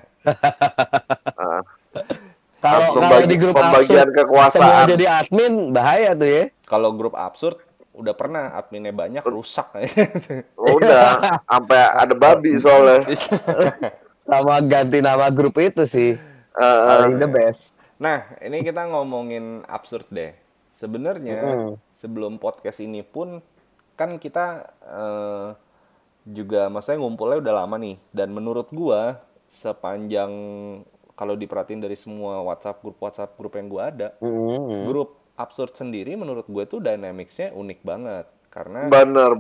Speaker 3: Kalau di grup absurd semua jadi admin bahaya tuh ya.
Speaker 1: Kalau grup absurd udah pernah adminnya banyak rusak.
Speaker 2: Udah sampai ada babi soalnya.
Speaker 3: Sama ganti nama grup itu sih. Paling the best.
Speaker 1: Nah, ini kita ngomongin absurd deh. Sebenarnya sebelum podcast ini pun kan kita juga maksudnya ngumpulnya udah lama nih, dan menurut gua sepanjang kalau diperhatiin dari semua WhatsApp grup yang gua ada, grup absurd sendiri menurut gue tuh dynamics-nya unik banget. Karena
Speaker 2: benar.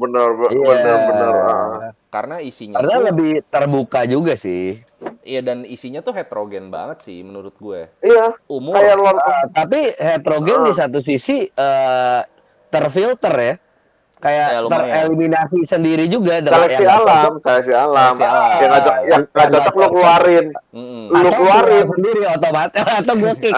Speaker 1: Karena isinya
Speaker 3: Karena
Speaker 1: tuh
Speaker 3: lebih terbuka juga sih.
Speaker 1: iya, dan isinya tuh heterogen banget sih menurut gue.
Speaker 2: Iya.
Speaker 1: Umur.
Speaker 2: Kayak Lord of
Speaker 3: Tapi heterogen di satu sisi terfilter ya. Kayak
Speaker 1: Ya, lumayan.
Speaker 3: tereliminasi sendiri juga dengan
Speaker 2: seleksi
Speaker 3: yang
Speaker 2: alam.
Speaker 1: Seleksi alam.
Speaker 2: Yang nggak cocok lu keluarin. Lu
Speaker 3: atau
Speaker 2: keluarin
Speaker 3: sendiri otomatis atau gue kick.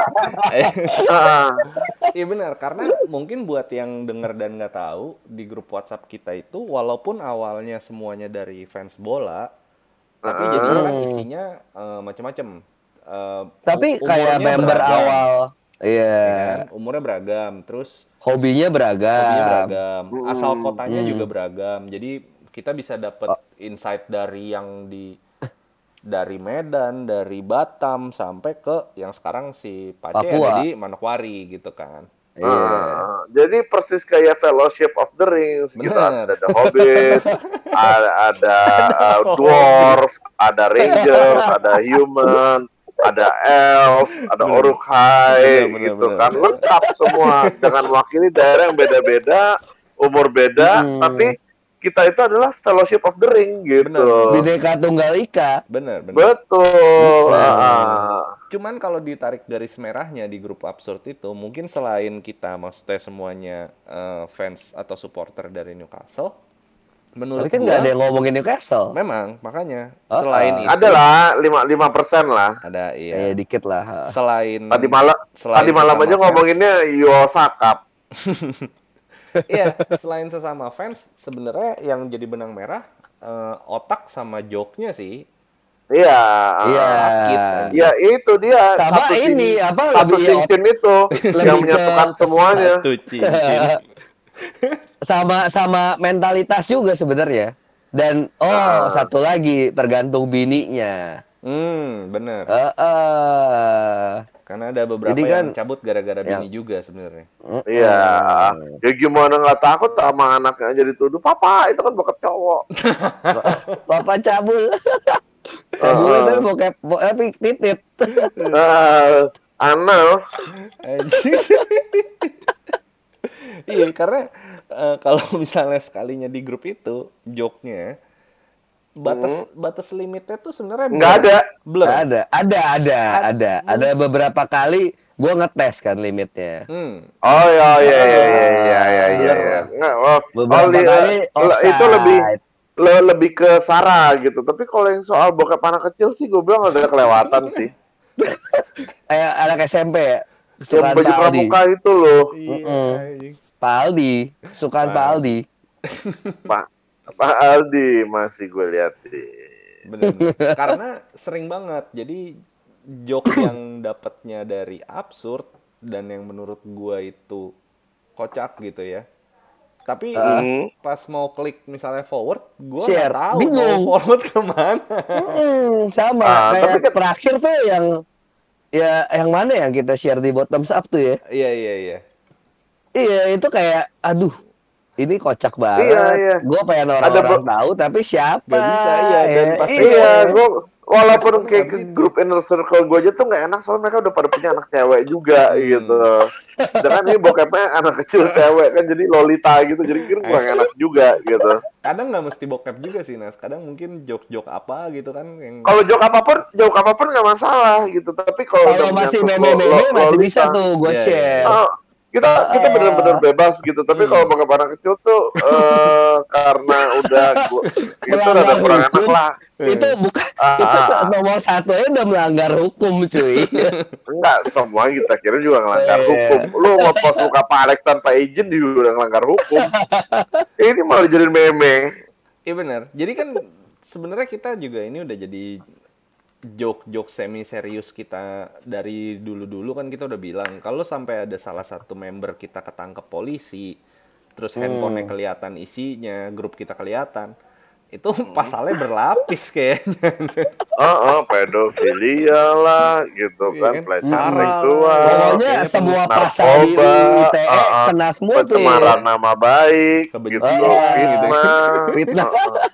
Speaker 1: Iya benar, karena mungkin buat yang denger dan nggak tahu, di grup WhatsApp kita itu walaupun awalnya semuanya dari fans bola, tapi jadinya kan isinya macam-macam.
Speaker 3: Tapi kayak
Speaker 1: Umurnya
Speaker 3: member
Speaker 1: beragam,
Speaker 3: awal,
Speaker 1: ya kan?
Speaker 3: iya.
Speaker 1: Umurnya beragam, terus
Speaker 3: Hobinya beragam.
Speaker 1: asal kotanya juga beragam. Jadi kita bisa dapet insight dari yang dari Medan, dari Batam sampai ke yang sekarang si Pace
Speaker 3: Papua.
Speaker 1: ada di Manokwari gitu kan.
Speaker 2: jadi persis kayak Fellowship of the Rings gitu. Ada The Hobbit, ada Dwarf, ada Rangers, ada Human, ada Elf, ada Uruk-hai gitu kan. Lengkap semua dengan mewakili daerah yang beda-beda, umur beda, tapi kita itu adalah Fellowship of the Ring gitu.
Speaker 3: Bhinneka Tunggal Ika.
Speaker 1: Bener.
Speaker 2: Betul.
Speaker 1: Cuman kalau ditarik garis merahnya di grup Absurd itu, mungkin selain kita maksudnya semuanya fans atau supporter dari Newcastle, menurut
Speaker 3: Tapi kan nggak ada yang ngomongin Newcastle.
Speaker 1: Memang, makanya selain itu
Speaker 2: ada lah 5% lah.
Speaker 1: ada, iya.
Speaker 3: Dikit lah.
Speaker 2: Tadi malam aja ngomonginnya Yosakap.
Speaker 1: Iya, selain sesama fans, sebenarnya yang jadi benang merah otak sama joke-nya sih.
Speaker 2: Iya.
Speaker 1: Sakit.
Speaker 2: Ya itu dia.
Speaker 3: Sama
Speaker 2: satu cincin itu yang menyatukan semuanya.
Speaker 1: Satu cincin.
Speaker 3: sama mentalitas juga sebenarnya. Dan satu lagi tergantung bininya.
Speaker 1: Bener. Karena ada beberapa
Speaker 3: Jadi
Speaker 1: yang cabut gara-gara bini juga sebenarnya.
Speaker 2: Iya. Ya gimana nggak takut sama anaknya aja dituduh. Papa itu kan bokap cowok.
Speaker 3: Papa cabul. Cabulnya tapi bokap titit.
Speaker 2: Anal.
Speaker 1: Iya, karena kalau misalnya sekalinya di grup itu joke-nya batas limitnya tuh sebenarnya
Speaker 2: nggak ada.
Speaker 1: Blur.
Speaker 3: Ada beberapa kali gue ngetes kan limitnya.
Speaker 2: Oh iya. Itu lebih ke Sarah gitu. Tapi kalau yang soal bokap anak kecil sih gue bilang udah kelewatan sih.
Speaker 3: Kayak anak SMP ya.
Speaker 2: Yang baju pramuka itu loh.
Speaker 3: Pak Aldi, sukaan Pak Aldi.
Speaker 2: Pak Aldi masih gue lihat.
Speaker 1: Bener. Karena sering banget. Jadi joke yang dapatnya dari Absurd dan yang menurut gue itu kocak gitu ya. Tapi pas mau klik misalnya forward, gue nggak tahu
Speaker 3: bingung.
Speaker 1: mau forward kemana.
Speaker 3: Sama kayak terakhir tuh yang mana yang kita share di bottoms up tuh ya?
Speaker 1: Iya.
Speaker 3: Iya itu kayak aduh. Ini kocak banget.
Speaker 2: Iya.
Speaker 3: Gue pengen orang-orang tahu, tapi siapa?
Speaker 1: Gak bisa, iya. Dan pasti
Speaker 2: gue walaupun kayak ke grup inner circle gue aja tuh nggak enak soalnya mereka udah pada punya anak cewek juga gitu. Sedangkan ini bokapnya anak kecil cewek kan jadi lolita gitu, jadi kurang enak juga gitu.
Speaker 1: Kadang nggak mesti bokep juga sih, Nas. Kadang mungkin joke-joke apa gitu kan yang.
Speaker 2: Kalau joke apapun nggak masalah gitu. Tapi kalau
Speaker 3: masih meme masih bisa tuh gue share.
Speaker 2: Kita benar-benar bebas gitu, tapi kalau bokap anak kecil tuh karena udah itu udah kurang enak lah.
Speaker 3: Itu bukan itu nomor satu ya udah melanggar hukum cuy.
Speaker 2: Enggak, semua kita kira juga ngelanggar hukum. Lu nge-post muka Pak Alex tanpa izin juga udah ngelanggar hukum. Ini malah jadi meme.
Speaker 1: Iya benar. Jadi kan sebenarnya kita juga ini udah jadi joke semi serius kita dari dulu kan kita udah bilang kalau sampai ada salah satu member kita ketangkep polisi, terus handphonenya kelihatan isinya, grup kita kelihatan, itu pasalnya berlapis kayaknya.
Speaker 2: Pedofilia lah gitu kan, pelecehan seksual.
Speaker 3: Pokoknya semua pasal di ITE kena semua tuh.
Speaker 2: Pencemaran nama baik, fitnah.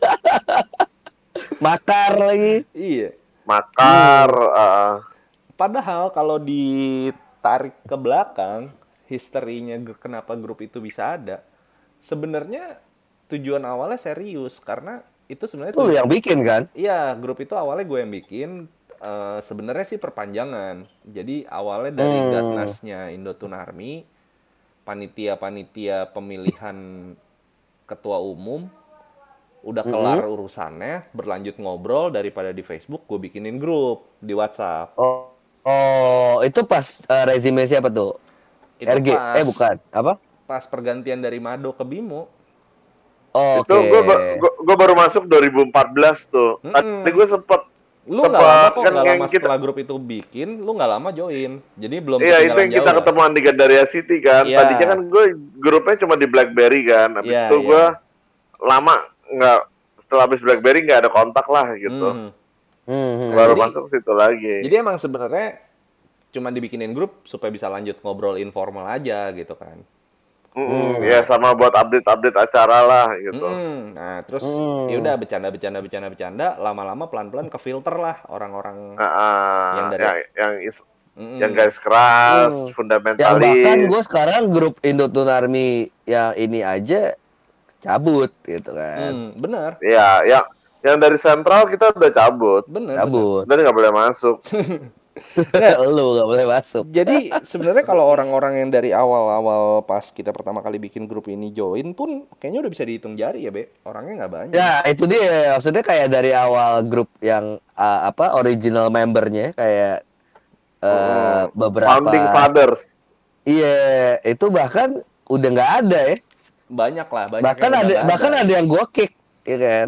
Speaker 3: Makar lagi.
Speaker 1: Iya.
Speaker 2: Makar.
Speaker 1: Padahal kalau ditarik ke belakang, historinya kenapa grup itu bisa ada, sebenarnya tujuan awalnya serius karena itu sebenarnya
Speaker 3: Lu yang bikin kan?
Speaker 1: Iya, grup itu awalnya gue yang bikin. Sebenarnya sih perpanjangan. Jadi awalnya dari Gatnasnya Indotun Army, panitia-panitia pemilihan ketua umum, udah kelar urusannya, berlanjut ngobrol daripada di Facebook, gue bikinin grup di WhatsApp.
Speaker 3: Itu pas resume siapa tuh?
Speaker 1: Itu
Speaker 3: RG?
Speaker 1: pas
Speaker 3: Bukan. Apa?
Speaker 1: pas pergantian dari Mado ke Bimo.
Speaker 2: Itu gue baru masuk 2014 tuh. Tadi gue sempet
Speaker 1: Lu nggak lama kok,
Speaker 2: kan
Speaker 1: nggak
Speaker 2: yang
Speaker 1: lama setelah grup itu bikin, lu nggak lama join. Jadi belum
Speaker 2: Iya, itu
Speaker 1: ketinggalan
Speaker 2: yang kita
Speaker 1: jauh lah.
Speaker 2: ketemuan di Gandaria City kan.
Speaker 1: Iya.
Speaker 2: Tadinya kan gue grupnya cuma di BlackBerry kan. Habis
Speaker 1: Iya,
Speaker 2: itu
Speaker 1: iya.
Speaker 2: gue lama nggak, setelah habis BlackBerry nggak ada kontak lah gitu. Baru
Speaker 1: Jadi-
Speaker 2: masuk situ lagi.
Speaker 1: Jadi emang sebenarnya cuma dibikinin grup supaya bisa lanjut ngobrol informal aja gitu kan.
Speaker 2: Ya sama buat update-update acara lah gitu.
Speaker 1: Nah, terus ya udah bercanda, lama-lama pelan-pelan ke filter lah orang-orang yang dari
Speaker 2: Yang garis keras,
Speaker 3: Yang bahkan
Speaker 2: fundamentalis.
Speaker 3: gue sekarang grup Indotun Army yang ini aja cabut gitu kan.
Speaker 1: bener,
Speaker 2: Iya, yang dari sentral kita udah cabut.
Speaker 1: bener.
Speaker 3: Cabut.
Speaker 2: Dan nggak boleh masuk.
Speaker 3: Lu gak boleh masuk.
Speaker 1: Jadi sebenarnya kalau orang-orang yang dari awal-awal pas kita pertama kali bikin grup ini join pun kayaknya udah bisa dihitung jari ya, Be. Orangnya nggak banyak.
Speaker 3: Ya itu dia, maksudnya kayak dari awal grup yang original membernya kayak beberapa
Speaker 2: Founding Fathers.
Speaker 3: Iya, itu bahkan udah nggak ada ya.
Speaker 1: Banyak lah, banyak
Speaker 3: Bahkan
Speaker 1: yang
Speaker 3: ada
Speaker 1: udah nggak
Speaker 3: bahkan ada yang gua kick, ya kan?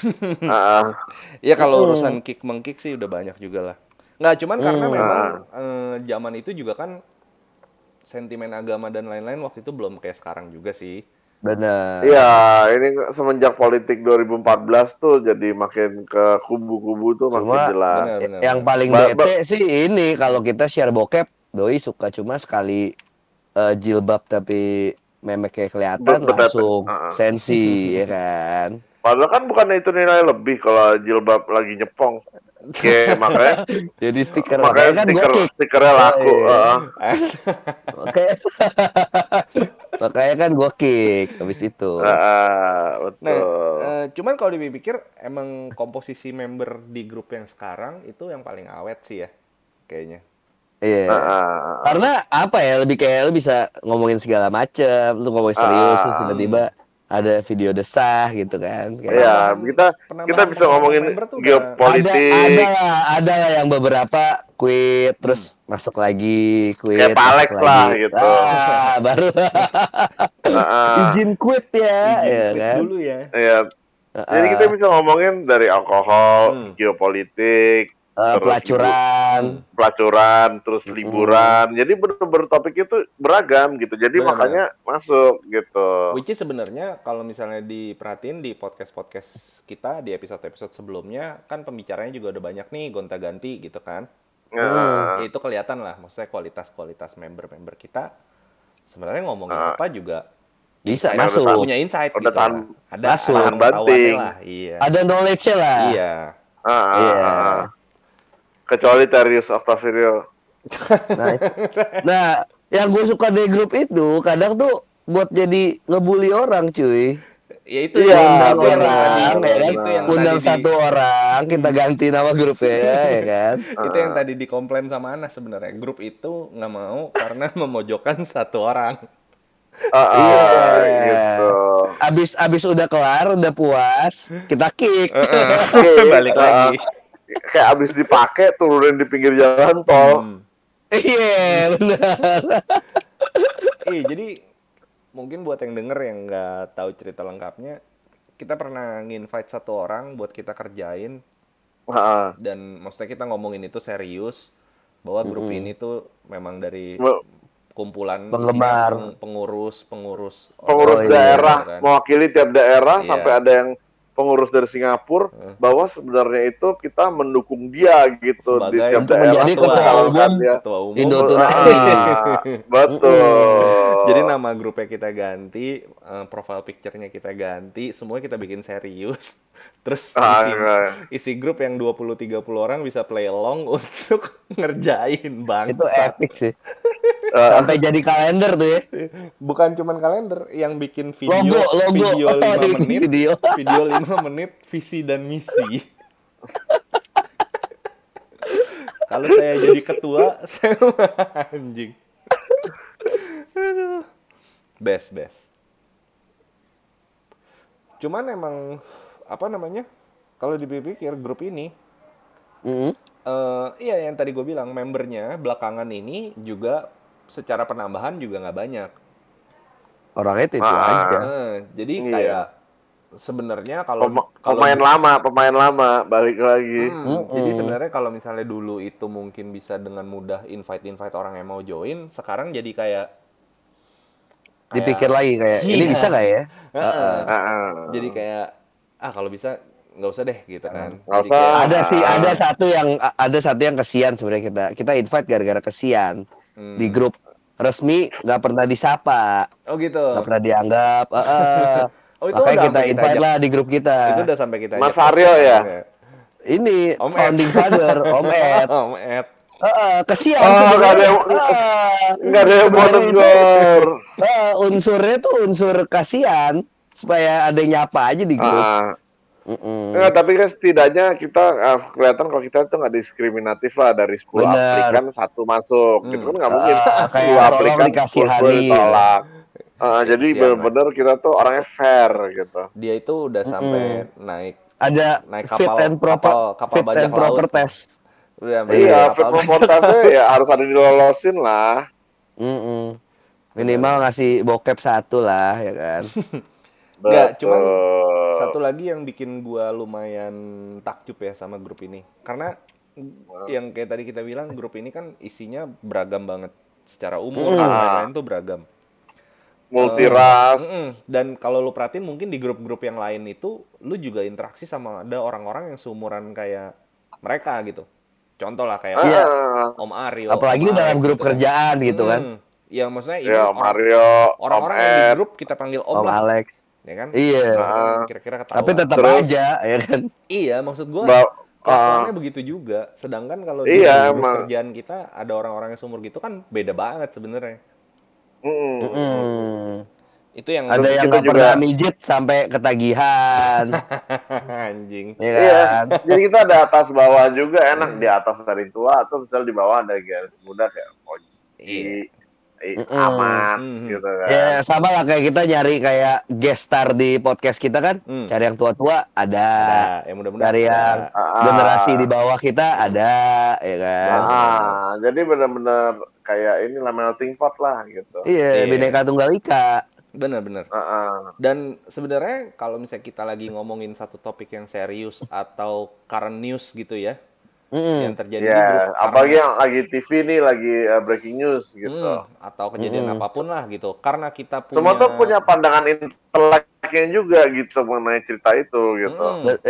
Speaker 1: Ya kalau urusan kick mengkick sih udah banyak juga lah. Nggak, cuman karena memang zaman itu juga kan sentimen agama dan lain-lain waktu itu belum kayak sekarang juga sih.
Speaker 3: Benar.
Speaker 2: Iya, ini semenjak politik 2014 tuh jadi makin ke kubu-kubu tuh makin
Speaker 3: Cuma
Speaker 2: jelas.
Speaker 1: Benar.
Speaker 3: yang paling bete sih ini kalau kita share bokep, doi suka cuma sekali jilbab tapi memeknya kelihatan langsung sensi, ya kan?
Speaker 2: Padahal kan bukan itu nilai lebih kalau jilbab lagi nyepong. Oke, makanya
Speaker 3: Jadi stiker
Speaker 2: makanya
Speaker 3: kan gua kick.
Speaker 2: stikernya laku.
Speaker 3: Makanya kan gua kick habis itu.
Speaker 2: Betul.
Speaker 1: Nah, cuman kalau dipikir emang komposisi member di grup yang sekarang itu yang paling awet sih ya, kayaknya.
Speaker 3: Iya. Karena apa ya, lebih kayak lu bisa ngomongin segala macem, lu ngomongin serius, terus tiba-tiba ada video desah gitu kan.
Speaker 2: Iya, kita bisa ngomongin geopolitik.
Speaker 3: Ada lah yang beberapa quit terus masuk lagi, quit.
Speaker 2: Kayak Palex lah gitu.
Speaker 3: Baru izin quit ya,
Speaker 1: Izin
Speaker 3: ya
Speaker 1: quit
Speaker 3: kan?
Speaker 1: dulu ya.
Speaker 2: Iya. Jadi kita bisa ngomongin dari alkohol, geopolitik, pelacuran, terus liburan. Jadi bener-bener topik itu beragam gitu. Jadi makanya masuk gitu.
Speaker 1: Which is sebenarnya kalau misalnya diperhatiin di podcast-podcast kita di episode-episode sebelumnya kan pembicaranya juga udah banyak nih gonta-ganti gitu kan. Itu kelihatan lah, maksudnya kualitas member-member kita sebenarnya ngomongin apa juga
Speaker 3: bisa masuk,
Speaker 1: punya insight
Speaker 2: udah
Speaker 1: gitu. Ada
Speaker 2: banting
Speaker 1: lah, iya.
Speaker 3: Ada knowledge-nya lah.
Speaker 1: Iya.
Speaker 2: Kecuali Terius Octavio.
Speaker 3: Nah, yang gue suka dari grup itu kadang tuh buat jadi ngebully orang, cuy.
Speaker 1: Ya itu yang
Speaker 3: undang satu orang, kita ganti nama grupnya, ya kan?
Speaker 1: Itu yang tadi dikomplain sama Anas sebenarnya. Grup itu nggak mau karena memojokkan satu orang.
Speaker 2: Gitu.
Speaker 3: Abis udah kelar, udah puas, kita kick.
Speaker 1: Balik lagi.
Speaker 2: Kayak abis dipakai turunin di pinggir jalan tol.
Speaker 3: Iya, benar.
Speaker 1: Jadi mungkin buat yang denger yang nggak tahu cerita lengkapnya, kita pernah nginvite satu orang buat kita kerjain. Dan maksudnya kita ngomongin itu serius bahwa grup ini tuh memang dari kumpulan pengurus
Speaker 2: daerah, kan? Mewakili tiap daerah sampai ada yang pengurus dari Singapura, bahwa sebenarnya itu kita mendukung dia gitu
Speaker 1: sebagai
Speaker 2: di tiap daerah.
Speaker 3: Menjadi ketua umum Indotun Army.
Speaker 2: Betul.
Speaker 1: Jadi nama grupnya kita ganti, profile picture-nya kita ganti, semuanya kita bikin serius. Terus isi grup yang 20-30 orang bisa play along untuk ngerjain bang.
Speaker 3: Itu epic sih. Sampai jadi kalender tuh ya.
Speaker 1: Bukan cuman kalender, yang bikin
Speaker 3: Logo.
Speaker 1: video 5 menit,
Speaker 3: Video.
Speaker 1: video 5 menit visi dan misi. Kalau saya jadi ketua, saya anjing. Aduh. Best. Cuman emang apa namanya? Kalau dipikir grup ini, iya yang tadi gue bilang, membernya belakangan ini juga secara penambahan juga nggak banyak.
Speaker 3: Orangnya itu aja.
Speaker 1: Jadi kayak sebenarnya kalau
Speaker 2: pemain lama balik lagi.
Speaker 1: Jadi sebenarnya kalau misalnya dulu itu mungkin bisa dengan mudah invite orang yang mau join, sekarang jadi kayak
Speaker 3: dipikir lagi kayak ini bisa nggak ya?
Speaker 1: Jadi kayak kalau bisa nggak usah deh gitu kan.
Speaker 2: Nggak usah.
Speaker 3: Ada satu yang kesian sebenarnya kita invite gara-gara kesian di grup resmi nggak pernah disapa.
Speaker 1: Oh gitu.
Speaker 3: Nggak pernah dianggap.
Speaker 1: Itu
Speaker 3: makanya
Speaker 1: udah
Speaker 3: kita invite lah di grup kita.
Speaker 1: Itu udah sampai kita
Speaker 2: Mas Aryo ya.
Speaker 3: Ini
Speaker 1: Om
Speaker 3: founding father Om Ed.
Speaker 1: Om Ed.
Speaker 3: Kesian.
Speaker 2: Nggak ada yang mau negor.
Speaker 3: Unsurnya tuh unsur kasihan supaya ada yang nyapa aja di grup.
Speaker 2: Enggak, tapi kan setidaknya kita kelihatan kalau kita tuh nggak diskriminatif lah, dari 10 aplikan 1 masuk, gitu kan nggak mungkin 10 aplikan 10 ditolak. Jadi benar-benar kita tuh orangnya fair gitu.
Speaker 1: Dia itu udah sampai naik
Speaker 3: fit and proper
Speaker 1: bajak laut
Speaker 3: test.
Speaker 2: Iya, fit and proper testnya ya harus ada dilolosin lah.
Speaker 3: Minimal ngasih bokep 1 lah ya kan.
Speaker 1: Enggak, cuman satu lagi yang bikin gua lumayan takjub ya sama grup ini. Karena yang kayak tadi kita bilang, grup ini kan isinya beragam banget. Secara umur dan lain-lain tuh beragam.
Speaker 2: Multiras.
Speaker 1: Dan kalau lu perhatiin mungkin di grup-grup yang lain itu, lu juga interaksi sama ada orang-orang yang seumuran kayak mereka gitu. Contoh lah kayak Om Aryo.
Speaker 3: Apalagi
Speaker 1: Om
Speaker 3: dalam
Speaker 1: Arek,
Speaker 3: grup
Speaker 1: gitu
Speaker 3: kerjaan gitu kan.
Speaker 1: Ya maksudnya ini
Speaker 2: Om Aryo,
Speaker 1: orang-orang yang di grup kita panggil Om lah.
Speaker 3: Alex.
Speaker 1: Ya kan?
Speaker 3: Iya.
Speaker 1: Kira-kira ketahuan.
Speaker 3: Tapi tetap aja ya kan.
Speaker 1: Iya, maksud gua kelakuannya begitu juga. Sedangkan kalau di grup kerjaan kita ada orang-orang yang seumur gitu kan beda banget sebenarnya. Itu yang
Speaker 3: ada yang nggak pernah mijit sampai ketagihan.
Speaker 1: Anjing.
Speaker 2: Iya. Jadi kita ada atas bawah juga, enak di atas dari tua atau misal di bawah ada garis muda kayak aman gitu kan.
Speaker 3: Ya sama lah kayak kita nyari kayak guest star di podcast kita kan, cari yang tua-tua ada
Speaker 1: yang muda-muda
Speaker 3: dari yang generasi di bawah kita ada ya kan.
Speaker 2: Jadi benar-benar kayak ini lah melting pot lah gitu.
Speaker 3: Iya, Bhinneka Tunggal Ika.
Speaker 1: Benar. Dan sebenarnya kalau misalnya kita lagi ngomongin satu topik yang serius atau current news gitu ya, yang terjadi di grup,
Speaker 2: apalagi yang lagi TV nih, lagi breaking news gitu,
Speaker 1: atau kejadian apapun lah gitu, karena kita punya
Speaker 2: semua tuh punya pandangan inteleknya juga gitu mengenai cerita itu gitu.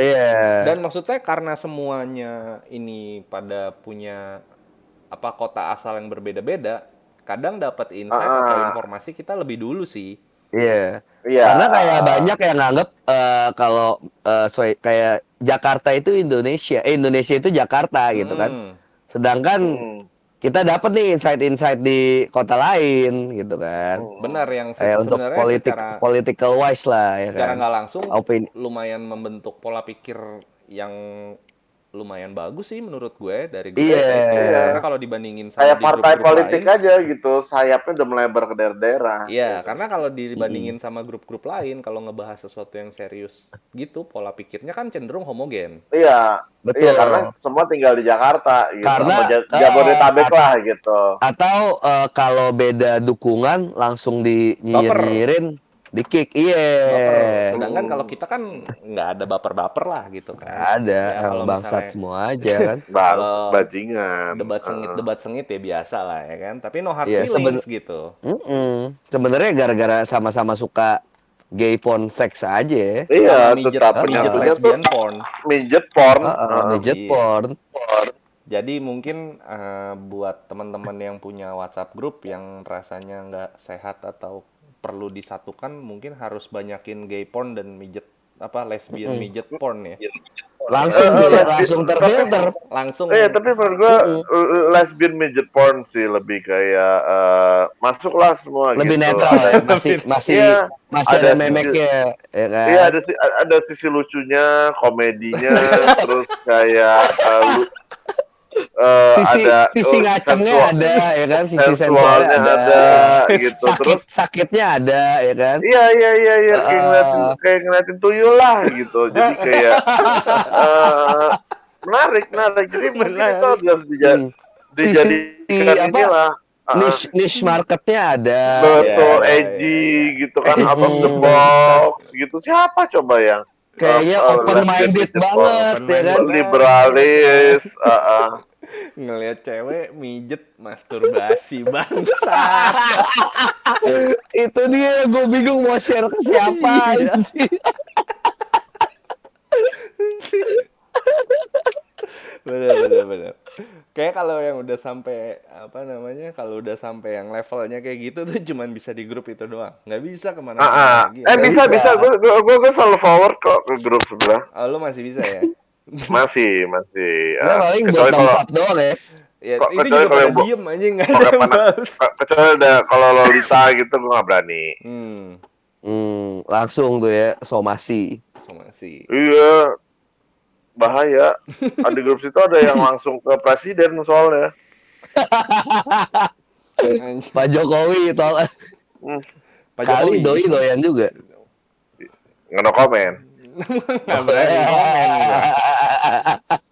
Speaker 1: Dan maksudnya karena semuanya ini pada punya kota asal yang berbeda-beda, kadang dapat insight atau informasi kita lebih dulu sih.
Speaker 3: Iya. Karena kayak banyak yang nganggep kalau kayak Jakarta itu Indonesia, Indonesia itu Jakarta gitu kan. Sedangkan kita dapat nih insight-insight di kota lain gitu kan.
Speaker 1: Benar, yang
Speaker 3: untuk political wise lah ya
Speaker 1: secara
Speaker 3: kan.
Speaker 1: Nggak langsung lumayan membentuk pola pikir yang lumayan bagus sih menurut gue dari grup. Karena kalau dibandingin sama
Speaker 2: kayak partai politik lain, aja gitu, sayapnya udah melebar ke daerah-daerah.
Speaker 1: Iya, karena kalau dibandingin sama grup-grup lain, kalau ngebahas sesuatu yang serius gitu, pola pikirnya kan cenderung homogen.
Speaker 2: Iya, betul. Iya, karena semua tinggal di Jakarta gitu. Karena Jabodetabek lah gitu.
Speaker 3: Atau kalau beda dukungan langsung dinyinyirin, di kick.
Speaker 1: Sedangkan kalau kita kan nggak ada baper-baper lah gitu kan.
Speaker 3: Nggak ada, kalau bangsat semua aja kan.
Speaker 2: Bajingan.
Speaker 1: Debat sengit ya biasa lah ya kan. Tapi no hard feelings gitu.
Speaker 3: Sebenarnya gara-gara sama-sama suka gay porn seks aja.
Speaker 2: Iya, tetap
Speaker 1: midget lesbian porn.
Speaker 2: Midget porn.
Speaker 3: Midget porn.
Speaker 1: Jadi mungkin buat teman-teman yang punya WhatsApp group yang rasanya nggak sehat atau perlu disatukan, mungkin harus banyakin gay porn dan midget lesbian midget porn ya.
Speaker 3: langsung terfilter.
Speaker 1: Langsung.
Speaker 2: Tapi menurut gue lesbian midget porn sih lebih kayak masuklah semua
Speaker 3: lebih
Speaker 2: gitu.
Speaker 3: netral ya, masih ada memeknya ya kan.
Speaker 2: Iya, ada sisi lucunya, komedinya, terus kayak
Speaker 3: sisi ngacengnya ada ya kan, sisi sensualnya ada
Speaker 2: gitu. Terus
Speaker 3: sakitnya ada ya kan.
Speaker 2: Iya kayak ngeliatin tuyul lah gitu. Jadi kayak menarik. Jadi mungkin itu harus dijadikan inilah.
Speaker 3: Niche marketnya ada.
Speaker 2: Betul, edgy gitu kan, out of the box gitu. Siapa coba yang
Speaker 3: kayaknya open minded banget ya kan,
Speaker 2: liberalis.
Speaker 1: Ngelihat cewek mijet masturbasi bangsa.
Speaker 3: Itu dia, gue bingung mau share ke siapa.
Speaker 1: Bener. Kayak kalau yang udah sampai kalau udah sampai yang levelnya kayak gitu tuh cuman bisa di grup itu doang, nggak bisa kemana-mana lagi.
Speaker 2: Bisa. Gue selalu forward kok ke grup sebelah.
Speaker 1: Oh, lu masih bisa ya?
Speaker 2: masih.
Speaker 3: Nah, paling buat tempat doang ya.
Speaker 1: Ya, itu juga pada diem aja, nggak ada balas.
Speaker 2: Kecuali kalau Lolita gitu gue nggak berani.
Speaker 3: Langsung tuh ya somasi.
Speaker 2: Iya, bahaya. Di grup situ ada yang langsung ke presiden soalnya.
Speaker 3: Pak Jokowi tol. Kali doi doyan juga.
Speaker 2: Nggak no komen.
Speaker 1: Nggak berani komen.